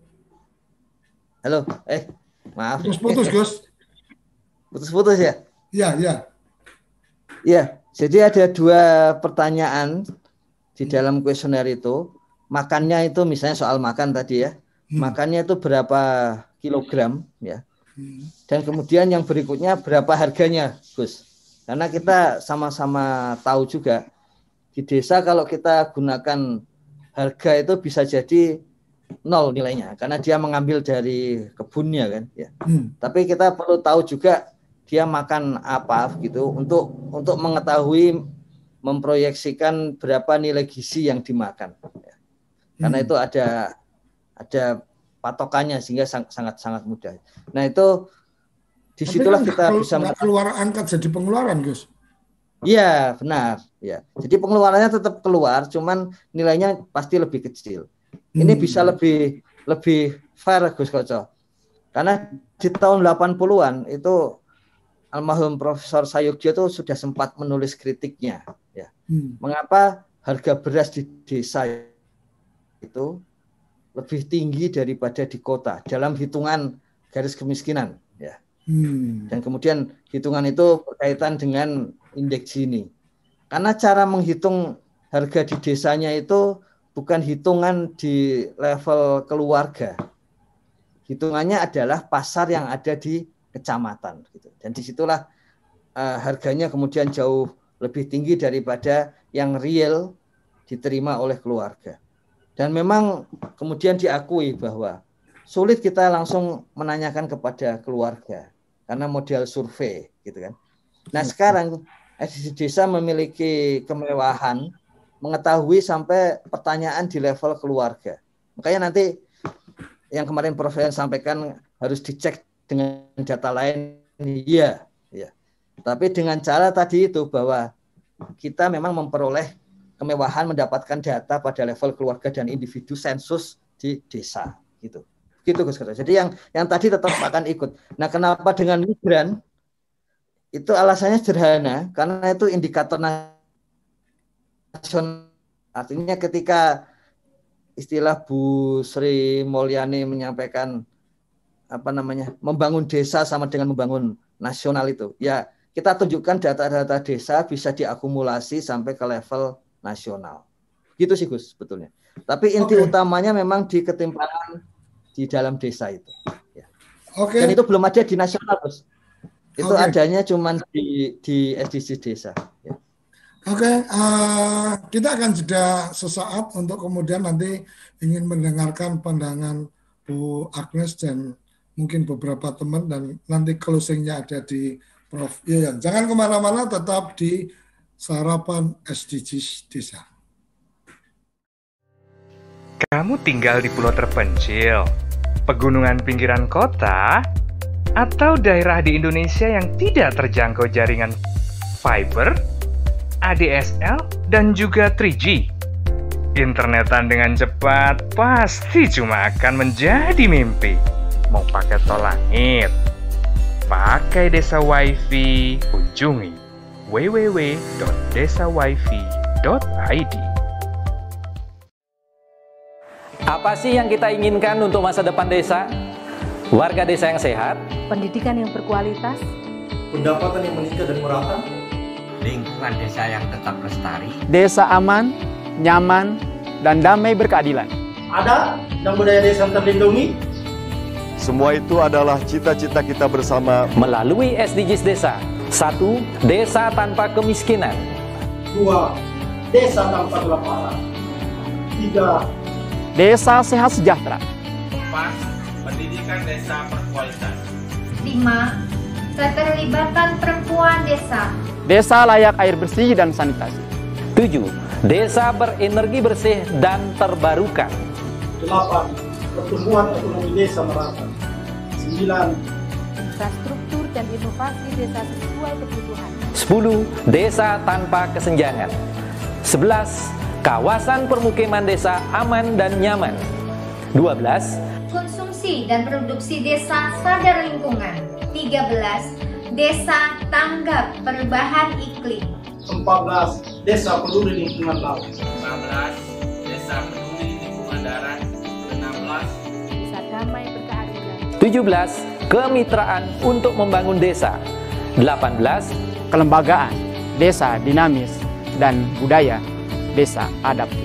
Maaf. Putus Gus. Putus ya? Iya. Iya, jadi ada dua pertanyaan di dalam kuesioner itu. Makannya itu misalnya soal makan tadi ya, makannya itu berapa kilogram ya, dan kemudian yang berikutnya berapa harganya Gus, karena kita sama-sama tahu juga di desa kalau kita gunakan harga itu bisa jadi 0 nilainya karena dia mengambil dari kebunnya kan ya. Tapi kita perlu tahu juga dia makan apa gitu untuk mengetahui memproyeksikan berapa nilai gizi yang dimakan ya. Karena itu ada patokannya sehingga sangat mudah. Nah itu disitulah kita bisa keluar angkat jadi pengeluaran Gus. Iya benar ya. Jadi pengeluarannya tetap keluar, cuman nilainya pasti lebih kecil. Ini bisa lebih fair Gus Koco. Karena di tahun 80-an itu almarhum Profesor Sayugyo itu sudah sempat menulis kritiknya ya. Mengapa harga beras di desa itu lebih tinggi daripada di kota dalam hitungan garis kemiskinan ya. Dan kemudian hitungan itu berkaitan dengan indeks Gini. Karena cara menghitung harga di desanya itu bukan hitungan di level keluarga. Hitungannya adalah pasar yang ada di kecamatan gitu. Dan disitulah harganya kemudian jauh lebih tinggi daripada yang real diterima oleh keluarga. Dan memang kemudian diakui bahwa sulit kita langsung menanyakan kepada keluarga karena model survei gitu kan. Nah sekarang SDGs desa memiliki kemewahan mengetahui sampai pertanyaan di level keluarga. Makanya nanti yang kemarin Prof. sampaikan harus dicek dengan data lain, iya. Tapi dengan cara tadi itu bahwa kita memang memperoleh kemewahan mendapatkan data pada level keluarga dan individu sensus di desa gitu. Gitu Gus. Jadi yang tadi tetap akan ikut. Nah, kenapa dengan migran? Itu alasannya sederhana karena itu indikator nasional. Artinya ketika istilah Bu Sri Mulyani menyampaikan membangun desa sama dengan membangun nasional itu. Ya, kita tunjukkan data-data desa bisa diakumulasi sampai ke level nasional. Gitu sih Gus sebetulnya. Tapi inti utamanya memang di ketimpangan di dalam desa itu. Ya. Dan itu belum ada di nasional Gus. Itu adanya cuma di SDGs desa. Ya. Oke, kita akan jeda sesaat untuk kemudian nanti ingin mendengarkan pandangan Bu Agnes dan mungkin beberapa teman, dan nanti closingnya ada di Prof. Yoyon. Jangan kemana-mana, tetap di Sarapan SDGs Desa. Kamu tinggal di pulau terpencil, pegunungan pinggiran kota, atau daerah di Indonesia yang tidak terjangkau jaringan fiber, ADSL, dan juga 3G. Internetan dengan cepat pasti cuma akan menjadi mimpi. Mau pakai tol langit, pakai Desa Wifi, kunjungi www.desawifi.id. Apa sih yang kita inginkan untuk masa depan desa? Warga desa yang sehat, pendidikan yang berkualitas, pendapatan yang meningkat dan merata, lingkungan desa yang tetap lestari, desa aman, nyaman, dan damai berkeadilan. Adat dan budaya desa terlindungi. Semua itu adalah cita-cita kita bersama melalui SDGs Desa. 1. Desa tanpa kemiskinan. 2. Desa tanpa kelaparan. 3. Desa sehat sejahtera. 4. Pendidikan desa berkualitas. 5. Keterlibatan perempuan desa. Desa layak air bersih dan sanitasi. 7. Desa berenergi bersih dan terbarukan. 8. Pertumbuhan ekonomi desa merata. 9. infrastruktur dan inovasi desa sesuai kebutuhan. 10. Desa tanpa kesenjangan. 11. Kawasan permukiman desa aman dan nyaman. 12. Konsumsi dan produksi desa sadar lingkungan. 13. Desa tanggap perubahan iklim. 14. Desa peduli lingkungan laut. 15. Desa peduli lingkungan darat. 16. Desa damai berkeadilan. 17. Kemitraan untuk membangun desa. 18. Kelembagaan desa dinamis dan budaya desa adaptif.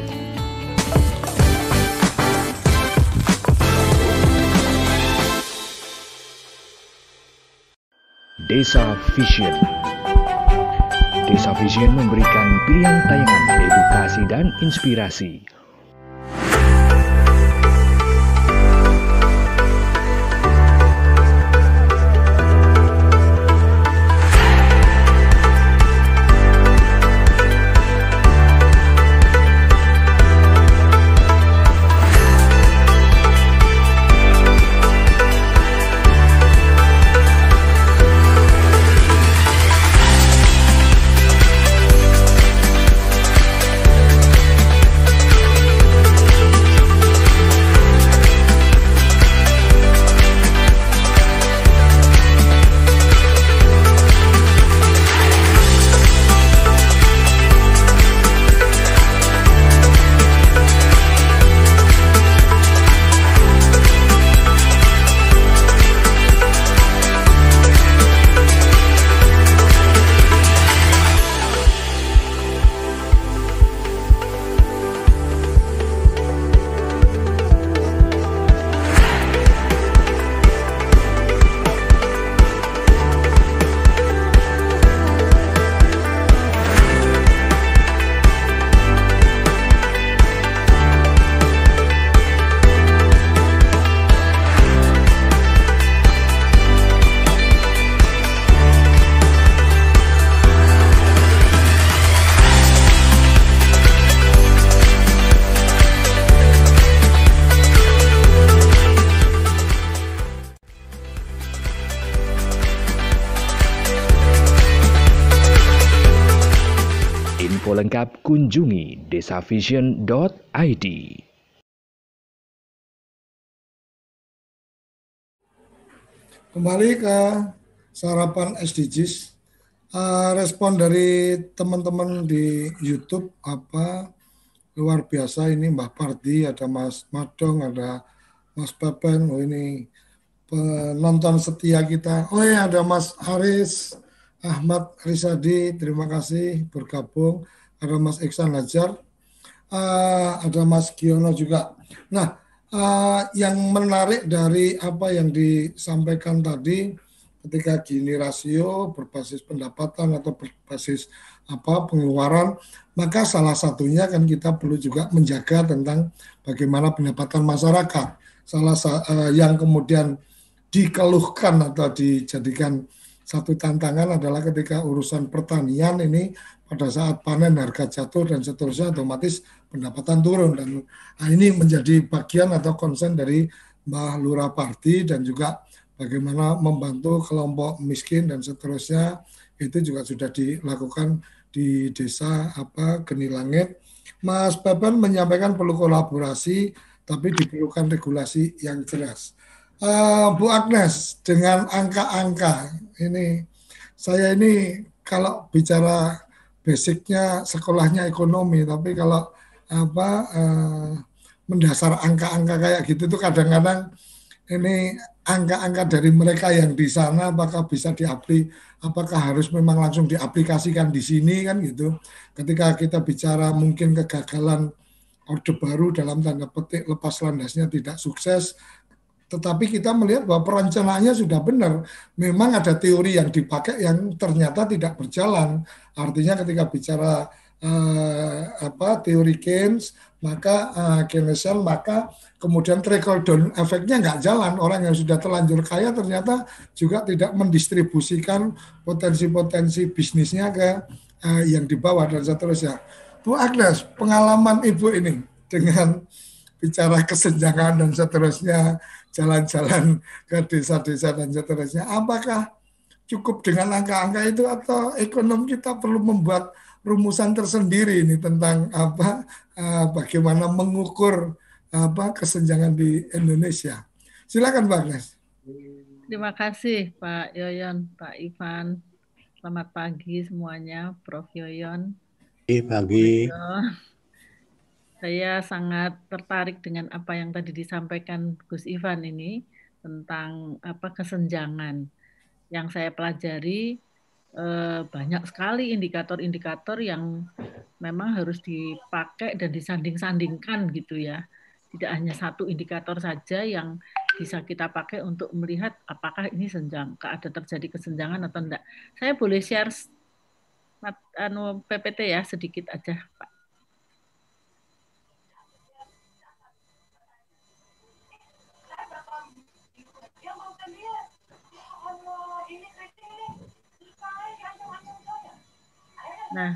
Desa Vision. Desa Vision memberikan pilihan tayangan edukasi dan inspirasi. Info lengkap kunjungi desavision.id. Kembali ke Sarapan SDGs. Respon dari teman-teman di YouTube luar biasa ini, Mbak Pardi, ada Mas Madong, ada Mas Pepen, ini penonton setia kita. Oh ya, ada Mas Haris Ahmad Risadi, terima kasih bergabung. Ada Mas Iksan Hajar, ada Mas Giono juga. Nah, yang menarik dari apa yang disampaikan tadi ketika Gini rasio berbasis pendapatan atau berbasis pengeluaran, maka salah satunya kan kita perlu juga menjaga tentang bagaimana pendapatan masyarakat. Yang kemudian dikeluhkan atau dijadikan satu tantangan adalah ketika urusan pertanian ini pada saat panen harga jatuh dan seterusnya otomatis pendapatan turun, dan ini menjadi bagian atau konsen dari Mbak Lurah Parti dan juga bagaimana membantu kelompok miskin dan seterusnya, itu juga sudah dilakukan di desa Geni Langit. Mas Pepen menyampaikan perlu kolaborasi, tapi diperlukan regulasi yang jelas. Bu Agnes, dengan angka-angka ini, saya ini kalau bicara basicnya sekolahnya ekonomi, tapi kalau mendasar angka-angka kayak gitu tuh kadang-kadang ini angka-angka dari mereka yang di sana apakah bisa apakah harus memang langsung diaplikasikan di sini kan gitu. Ketika kita bicara mungkin kegagalan Orde Baru dalam tanda petik lepas landasnya tidak sukses, tetapi kita melihat bahwa perencanaannya sudah benar. Memang ada teori yang dipakai yang ternyata tidak berjalan. Artinya ketika bicara teori Keynes, maka Keynesian, maka kemudian trickle down efeknya nggak jalan. Orang yang sudah terlanjur kaya ternyata juga tidak mendistribusikan potensi-potensi bisnisnya ke yang di bawah dan seterusnya. Bu Agnes, pengalaman Ibu ini dengan bicara kesenjangan dan seterusnya, jalan-jalan ke desa-desa dan seterusnya, apakah cukup dengan angka-angka itu atau ekonom kita perlu membuat rumusan tersendiri ini tentang bagaimana mengukur kesenjangan di Indonesia? Silakan Pak Agnes. Terima kasih Pak Yoyon, Pak Ivan. Selamat pagi semuanya, Prof. Yoyon. Pagi. Saya sangat tertarik dengan apa yang tadi disampaikan Gus Ivan ini tentang kesenjangan. Yang saya pelajari banyak sekali indikator-indikator yang memang harus dipakai dan disanding-sandingkan gitu ya. Tidak hanya satu indikator saja yang bisa kita pakai untuk melihat apakah ini ada terjadi kesenjangan atau enggak. Saya boleh share PPT ya sedikit aja Pak. Nah,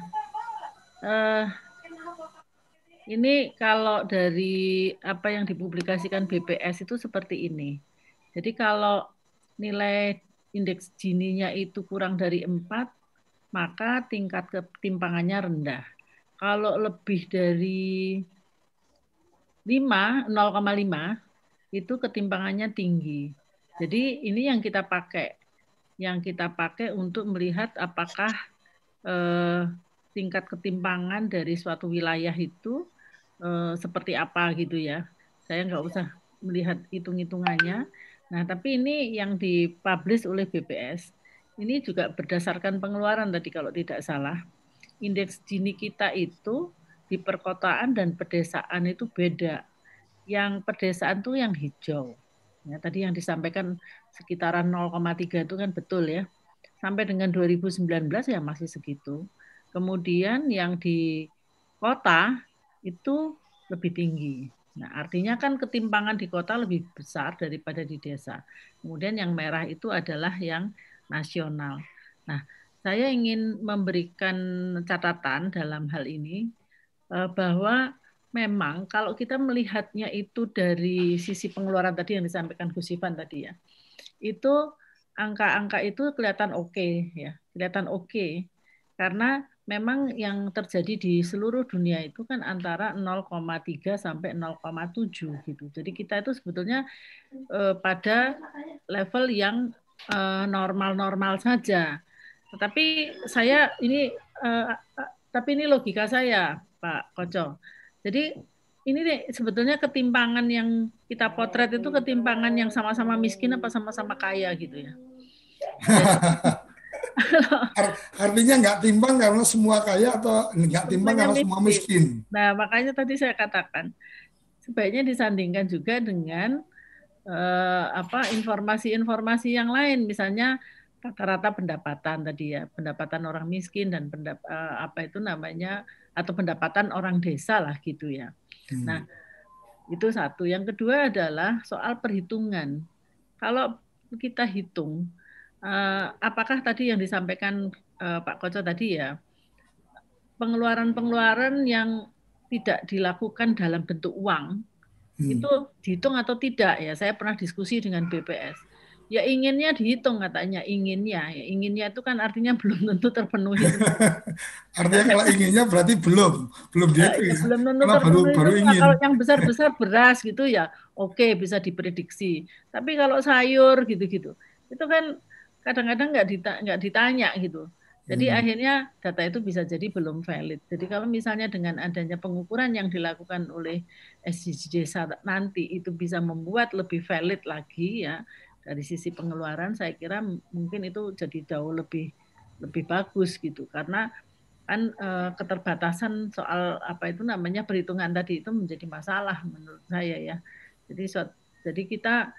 ini kalau dari apa yang dipublikasikan BPS itu seperti ini. Jadi kalau nilai indeks Gini-nya itu kurang dari 4, maka tingkat ketimpangannya rendah. Kalau lebih dari 0,5, itu ketimpangannya tinggi. Jadi ini yang kita pakai. Yang kita pakai untuk melihat apakah tingkat ketimpangan dari suatu wilayah itu seperti apa gitu ya. Saya nggak usah melihat hitung-hitungannya. Nah, tapi ini yang dipublish oleh BPS, ini juga berdasarkan pengeluaran tadi kalau tidak salah. Indeks Gini kita itu di perkotaan dan pedesaan itu beda. Yang pedesaan tuh yang hijau. Ya, tadi yang disampaikan sekitaran 0,3 itu kan betul ya. Sampai dengan 2019 ya masih segitu. Kemudian yang di kota itu lebih tinggi. Nah, artinya kan ketimpangan di kota lebih besar daripada di desa. Kemudian yang merah itu adalah yang nasional. Nah, saya ingin memberikan catatan dalam hal ini bahwa memang kalau kita melihatnya itu dari sisi pengeluaran tadi yang disampaikan Gus Ivan tadi ya, itu angka-angka itu kelihatan oke ya, kelihatan oke karena memang yang terjadi di seluruh dunia itu kan antara 0,3 sampai 0,7 gitu. Jadi kita itu sebetulnya pada level yang normal-normal saja. Tetapi saya ini tapi ini logika saya, Pak Koco. Jadi ini nih, sebetulnya ketimpangan yang kita potret itu ketimpangan yang sama-sama miskin apa sama-sama kaya gitu ya. Artinya nggak timbang karena semua kaya atau nggak timbang karena semua miskin. Nah, makanya tadi saya katakan sebaiknya disandingkan juga dengan informasi-informasi yang lain, misalnya rata-rata pendapatan tadi ya, pendapatan orang miskin dan apa itu namanya, atau pendapatan orang desa lah gitu ya. Nah, itu satu. Yang kedua adalah soal perhitungan. Kalau kita hitung, apakah tadi yang disampaikan Pak Koco tadi ya, pengeluaran-pengeluaran yang tidak dilakukan dalam bentuk uang, itu dihitung atau tidak ya. Saya pernah diskusi dengan BPS. Ya inginnya dihitung katanya, inginnya. Ya, inginnya itu kan artinya belum tentu terpenuhi. Artinya kalau inginnya berarti belum dihitung ya. Belum tentu Karena terpenuhi. baru ingin. Kalau yang besar-besar beras gitu ya, oke, bisa diprediksi. Tapi kalau sayur gitu-gitu, itu kan kadang-kadang nggak ditanya gitu. Jadi akhirnya data itu bisa jadi belum valid. Jadi kalau misalnya dengan adanya pengukuran yang dilakukan oleh SDG Desa nanti itu bisa membuat lebih valid lagi ya, dari sisi pengeluaran, saya kira mungkin itu jadi jauh lebih bagus gitu, karena kan keterbatasan soal apa itu namanya perhitungan tadi itu menjadi masalah menurut saya ya. Jadi kita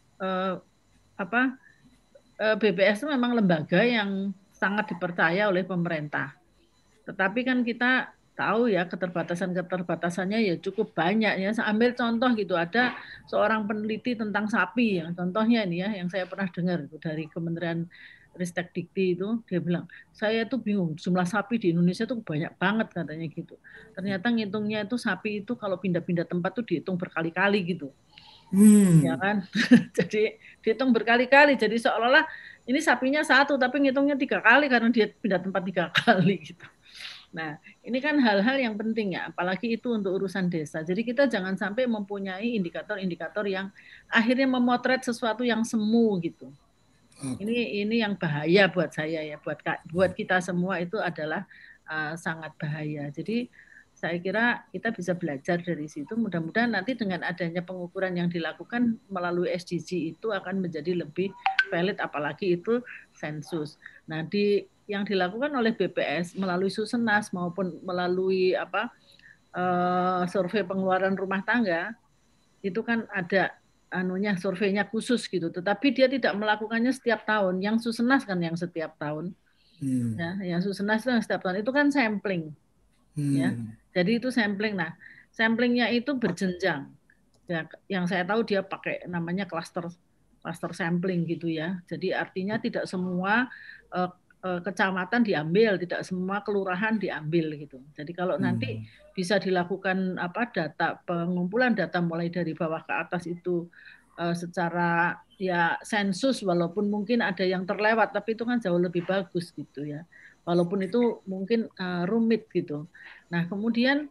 BPS itu memang lembaga yang sangat dipercaya oleh pemerintah, tetapi kan kita tahu ya keterbatasannya ya cukup banyak ya. Saya ambil contoh gitu, ada seorang peneliti tentang sapi yang contohnya ini ya, yang saya pernah dengar itu dari Kementerian Ristek Dikti itu, dia bilang saya tuh bingung jumlah sapi di Indonesia tuh banyak banget katanya gitu. Ternyata ngitungnya itu sapi itu kalau pindah-pindah tempat tuh dihitung berkali-kali gitu. Ya kan? Jadi dihitung berkali-kali, jadi seolah-olah ini sapinya satu tapi ngitungnya 3 kali karena dia pindah tempat 3 kali gitu. Nah, ini kan hal-hal yang penting ya, apalagi itu untuk urusan desa. Jadi kita jangan sampai mempunyai indikator-indikator yang akhirnya memotret sesuatu yang semu gitu. Ini yang bahaya buat saya ya, buat kita semua itu adalah sangat bahaya. Jadi saya kira kita bisa belajar dari situ. Mudah-mudahan nanti dengan adanya pengukuran yang dilakukan melalui SDG itu akan menjadi lebih valid, apalagi itu sensus. Nah, yang dilakukan oleh BPS melalui Susenas maupun melalui survei pengeluaran rumah tangga itu kan ada surveinya khusus gitu, tetapi dia tidak melakukannya setiap tahun. Yang Susenas kan yang setiap tahun. Ya, yang Susenas itu yang setiap tahun itu kan sampling. Ya. Jadi itu sampling. Nah, samplingnya itu berjenjang. Ya, yang saya tahu dia pakai namanya cluster sampling gitu ya. Jadi artinya tidak semua kecamatan diambil, tidak semua kelurahan diambil gitu. Jadi kalau nanti bisa dilakukan pengumpulan data mulai dari bawah ke atas itu secara ya sensus, walaupun mungkin ada yang terlewat, tapi itu kan jauh lebih bagus gitu ya. Walaupun itu mungkin rumit gitu. Nah, kemudian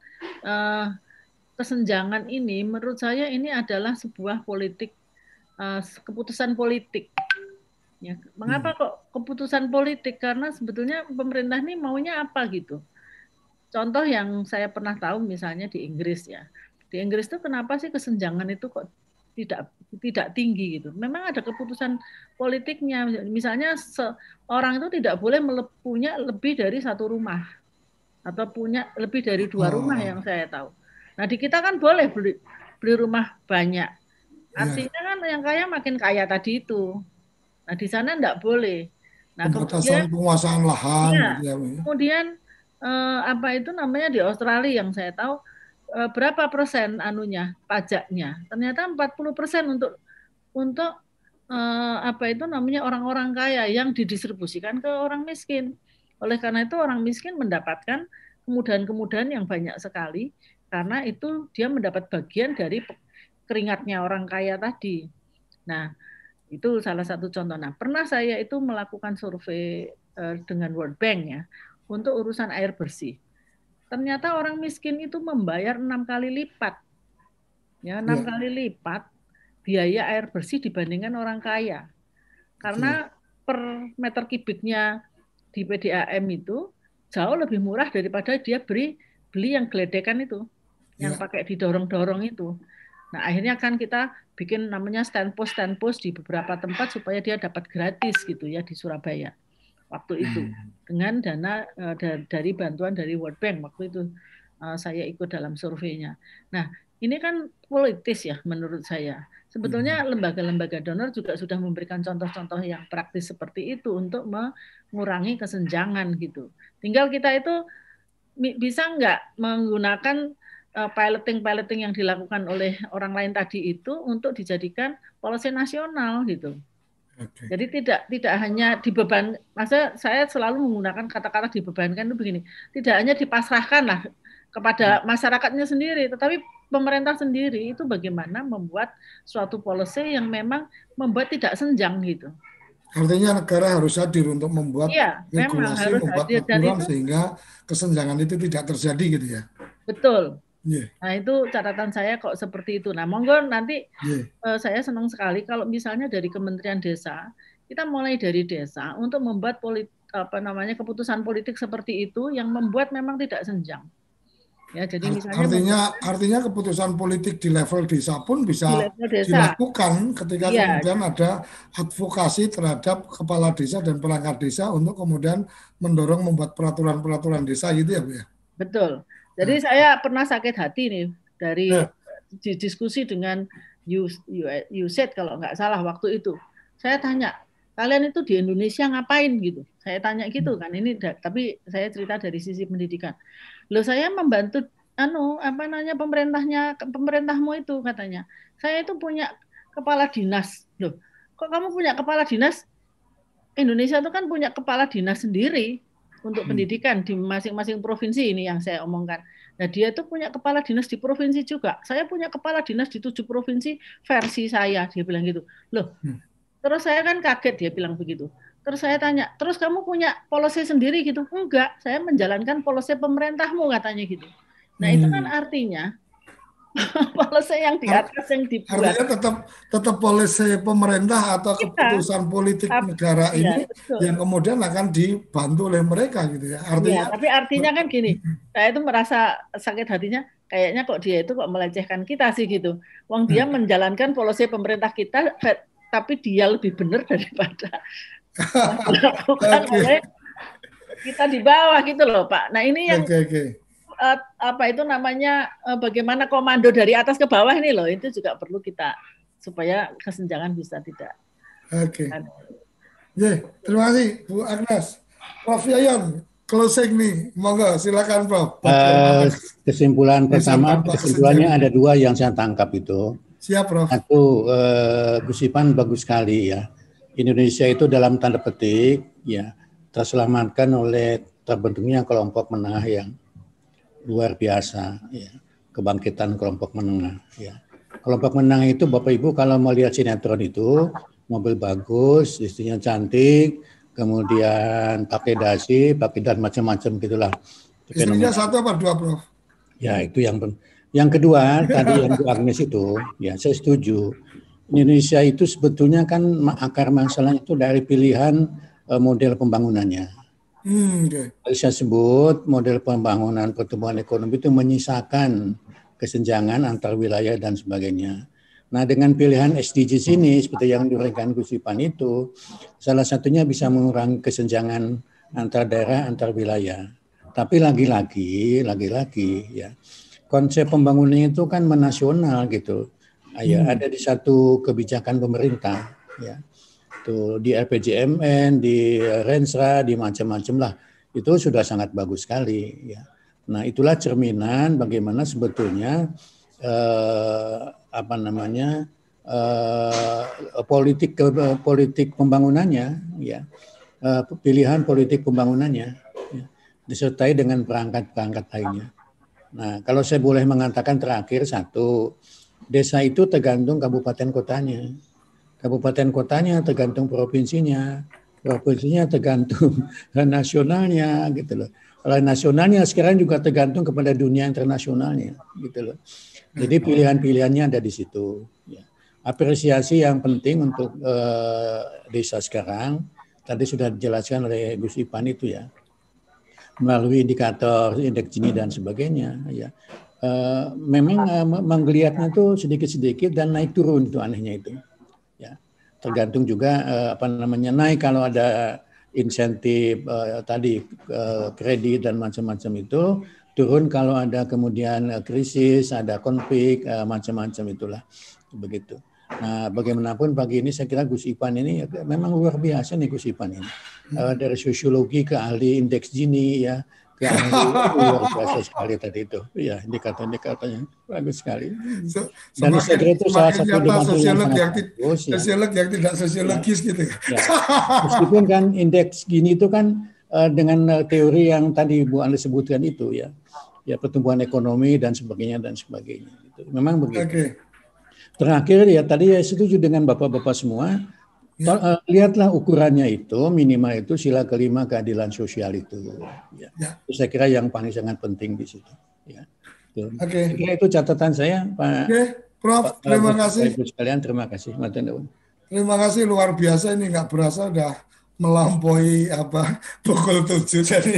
kesenjangan ini menurut saya ini adalah sebuah keputusan politik. Ya, mengapa kok keputusan politik? Karena sebetulnya pemerintah ini maunya apa gitu. Contoh yang saya pernah tahu misalnya di Inggris ya. Di Inggris itu kenapa sih kesenjangan itu kok tidak tinggi gitu. Memang ada keputusan politiknya. Misalnya seorang itu tidak boleh punya lebih dari 1 rumah atau punya lebih dari 2 rumah yang saya tahu. Nah, di kita kan boleh beli rumah banyak. Artinya kan yang kaya makin kaya tadi itu. Nah, di sana enggak boleh. Nah, kemudian penguasaan lahan. Ya, kemudian di Australia yang saya tahu berapa persen pajaknya? Ternyata 40% untuk orang-orang kaya yang didistribusikan ke orang miskin. Oleh karena itu orang miskin mendapatkan kemudahan-kemudahan yang banyak sekali karena itu dia mendapat bagian dari keringatnya orang kaya tadi. Nah, itu salah satu contoh. Nah, pernah saya itu melakukan survei dengan World Bank ya untuk urusan air bersih. Ternyata orang miskin itu membayar 6 kali lipat. Ya, 6 kali lipat biaya air bersih dibandingkan orang kaya. Karena per meter kubiknya di PDAM itu jauh lebih murah daripada dia beli yang geledekan itu, yang pakai didorong-dorong itu. Nah, akhirnya kan kita bikin namanya stand post di beberapa tempat supaya dia dapat gratis gitu ya di Surabaya waktu itu dengan dana dari bantuan dari World Bank waktu itu saya ikut dalam surveinya. Nah, ini kan politis ya menurut saya. Sebetulnya lembaga-lembaga donor juga sudah memberikan contoh-contoh yang praktis seperti itu untuk mengurangi kesenjangan gitu. Tinggal kita itu bisa nggak menggunakan piloting yang dilakukan oleh orang lain tadi itu untuk dijadikan policy nasional gitu. Okay. Jadi tidak hanya dibeban, maksudnya saya selalu menggunakan kata-kata dibebankan itu begini, tidak hanya dipasrahkan lah kepada masyarakatnya sendiri, tetapi pemerintah sendiri itu bagaimana membuat suatu policy yang memang membuat tidak senjang gitu. Artinya negara harus hadir untuk membuat regulasi, membuat aturan sehingga kesenjangan itu tidak terjadi gitu ya. Betul. Yeah. Nah itu catatan saya kok seperti itu. Nah monggo nanti saya senang sekali kalau misalnya dari Kementerian Desa kita mulai dari desa untuk membuat keputusan politik seperti itu yang membuat memang tidak senjang. Ya, jadi misalnya artinya keputusan politik di level desa pun bisa dilakukan ketika kemudian ada advokasi terhadap kepala desa dan perangkat desa untuk kemudian mendorong membuat peraturan-peraturan desa gitu ya Bu ya. Betul. Jadi saya pernah sakit hati nih dari diskusi dengan USAID kalau nggak salah waktu itu. Saya tanya, kalian itu di Indonesia ngapain gitu? Saya tanya gitu kan. Ini tapi saya cerita dari sisi pendidikan. Loh saya membantu pemerintahmu itu katanya. Saya itu punya kepala dinas. Loh, kok kamu punya kepala dinas? Indonesia itu kan punya kepala dinas sendiri untuk pendidikan di masing-masing provinsi ini yang saya omongkan. Nah dia itu punya kepala dinas di provinsi juga. Saya punya kepala dinas di 7 provinsi versi saya. Dia bilang gitu. Loh, terus saya kan kaget dia bilang begitu. Terus saya tanya, terus kamu punya policy sendiri gitu? Enggak, saya menjalankan policy pemerintahmu katanya gitu. Nah itu kan artinya policy yang di atas yang dibuat. Artinya tetap policy pemerintah atau keputusan politik negara ini yang kemudian akan dibantu oleh mereka gitu ya. Artinya, tapi artinya kan gini, saya itu merasa sakit hatinya, kayaknya kok dia itu kok melecehkan kita sih gitu. Wong dia menjalankan policy pemerintah kita, tapi dia lebih benar daripada dilakukan oleh kita di bawah gitu loh Pak. Nah ini yang apa itu namanya bagaimana komando dari atas ke bawah ini loh, itu juga perlu kita supaya kesenjangan bisa tidak. Oke. Terima kasih Bu Agnes. Prof Yayan, closing nih, monggo silakan Prof. Kesimpulan pertama, kesimpulannya ada 2 yang saya tangkap itu. Siap Prof. Satu, Gus Ipan bagus sekali ya. Indonesia itu dalam tanda petik ya terselamatkan oleh terbentuknya kelompok menengah yang luar biasa ya, kebangkitan kelompok menengah ya. Kelompok menengah itu Bapak Ibu kalau mau lihat sinetron itu mobil bagus, istrinya cantik, kemudian pakai dasi, pakai dan macam-macam gitulah. Istrinya 1 apa 2 Prof? Ya itu yang kedua tadi yang Bu Agnes itu ya saya setuju. Indonesia itu sebetulnya kan akar masalahnya itu dari pilihan model pembangunannya. Saya sebut model pembangunan pertumbuhan ekonomi itu menyisakan kesenjangan antar wilayah dan sebagainya. Nah dengan pilihan SDGs ini seperti yang diberikan Gus Ipan itu salah satunya bisa mengurangi kesenjangan antar daerah, antar wilayah. Tapi lagi-lagi ya konsep pembangunan itu kan menasional gitu. Ya, ada di satu kebijakan pemerintah ya. Tuh di RPJMN, di Rensra, di macam-macam lah. Itu sudah sangat bagus sekali ya. Nah, itulah cerminan bagaimana sebetulnya politik pembangunannya ya. Pilihan politik pembangunannya ya, disertai dengan perangkat-perangkat lainnya. Nah, kalau saya boleh mengatakan terakhir satu, desa itu tergantung kabupaten kotanya. Kabupaten kotanya tergantung provinsinya. Provinsinya tergantung nasionalnya gitu loh. Kalau nasionalnya sekarang juga tergantung kepada dunia internasionalnya gitu loh. Jadi pilihan-pilihannya ada di situ. Ya. Apresiasi yang penting untuk desa sekarang tadi sudah dijelaskan oleh Gus Ipan itu ya. Melalui indikator indeks Gini dan sebagainya ya. Memang menggeliatnya itu sedikit-sedikit dan naik turun itu anehnya itu. Ya. Tergantung juga naik kalau ada insentif tadi kredit dan macam-macam itu, turun kalau ada kemudian krisis, ada konflik macam-macam itulah begitu. Nah, bagaimanapun pagi ini saya kira Gus Ipan ini memang luar biasa nih Gus Ipan ini. Dari sosiologi ke ahli indeks Gini ya, ke ahli luar biasa sekali tadi itu. Ya, indikator-indikatornya bagus sekali. Dan saya kira itu salah satu sosiolog yang tidak sosiologis gitu. Ya. Meskipun kan indeks Gini itu kan dengan teori yang tadi Bu Anli sebutkan itu ya pertumbuhan ekonomi dan sebagainya. Gitu. Memang begitu. Okay. Terakhir ya tadi ya setuju dengan bapak-bapak semua. Ya. Lihatlah ukurannya itu minimal itu sila kelima keadilan sosial itu. Ya. Itu saya kira yang paling sangat penting di situ. Ya. Oke. Okay. Itu catatan saya, Pak. Oke, Prof. Terima kasih. Ibu sekalian, terima kasih. Terima kasih luar biasa ini nggak berasa udah melampaui pukul 7. Jadi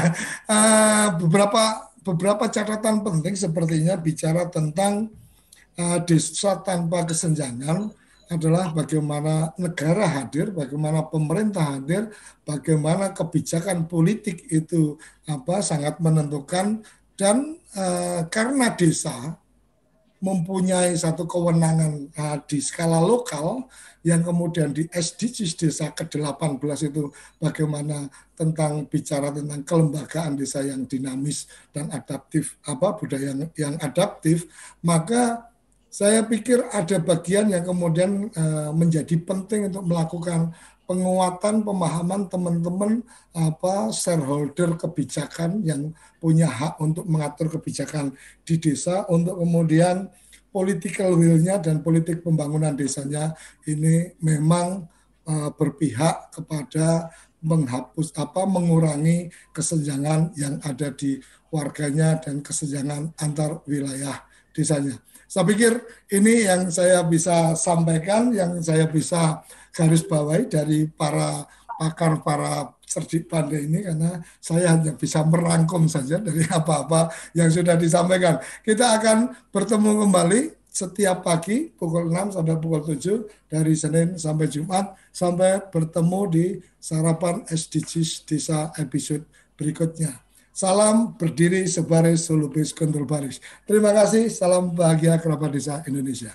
beberapa catatan penting sepertinya bicara tentang desa tanpa kesenjangan adalah bagaimana negara hadir, bagaimana pemerintah hadir, bagaimana kebijakan politik itu sangat menentukan dan karena desa mempunyai satu kewenangan di skala lokal yang kemudian di SDGs desa ke-18 itu bagaimana tentang bicara tentang kelembagaan desa yang dinamis dan adaptif, budaya yang adaptif, maka saya pikir ada bagian yang kemudian menjadi penting untuk melakukan penguatan pemahaman teman-teman shareholder kebijakan yang punya hak untuk mengatur kebijakan di desa untuk kemudian political will-nya dan politik pembangunan desanya ini memang berpihak kepada mengurangi kesenjangan yang ada di warganya dan kesenjangan antar wilayah desanya. Saya pikir ini yang saya bisa sampaikan, yang saya bisa garis bawahi dari para pakar, para cerdik pandai ini, karena saya hanya bisa merangkum saja dari apa-apa yang sudah disampaikan. Kita akan bertemu kembali setiap pagi pukul 6 sampai pukul 7 dari Senin sampai Jumat, sampai bertemu di Sarapan SDGs Desa episode berikutnya. Salam berdiri sebaris selubis kontrol baris. Terima kasih, salam bahagia kerabat desa Indonesia.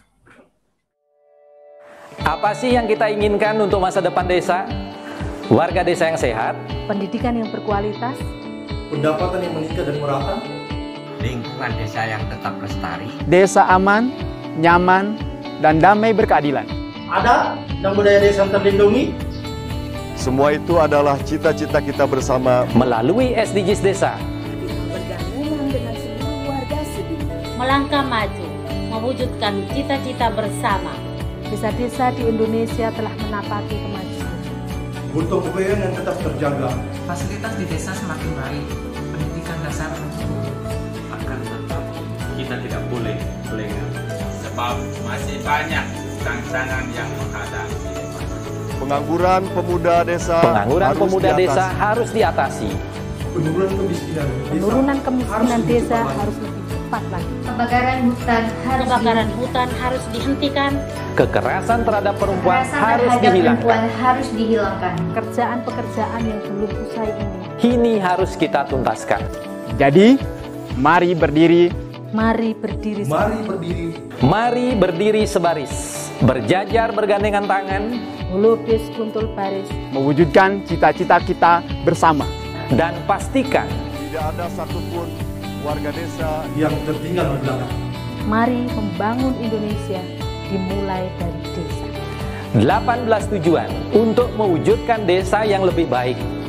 Apa sih yang kita inginkan untuk masa depan desa? Warga desa yang sehat, pendidikan yang berkualitas, pendapatan yang meningkat dan merata, lingkungan desa yang tetap lestari, desa aman, nyaman, dan damai berkeadilan. Ada dan budaya desa terlindungi. Semua itu adalah cita-cita kita bersama melalui SDGs Desa. Melangkah maju, mewujudkan cita-cita bersama. Desa-desa di Indonesia telah menapaki kemajuan. Gotong royong yang tetap terjaga. Fasilitas di desa semakin baik, pendidikan dasar akan tetap kita tidak boleh lengah. Sebab masih banyak tantangan yang menghadapi. Pengangguran pemuda desa harus diatasi. Penurunan kemiskinan desa harus lebih cepat lagi. Kebakaran hutan harus dihentikan. Kekerasan terhadap perempuan harus dihilangkan. Pekerjaan-pekerjaan yang belum usai ini harus kita tuntaskan. Jadi, mari berdiri. Mari berdiri. Mari berdiri sebaris. Berjajar bergandengan tangan. Melukis kuntul baris. Mewujudkan cita-cita kita bersama. Dan pastikan tidak ada satupun warga desa yang tertinggal di belakang. Mari membangun Indonesia dimulai dari desa. 18 tujuan untuk mewujudkan desa yang lebih baik.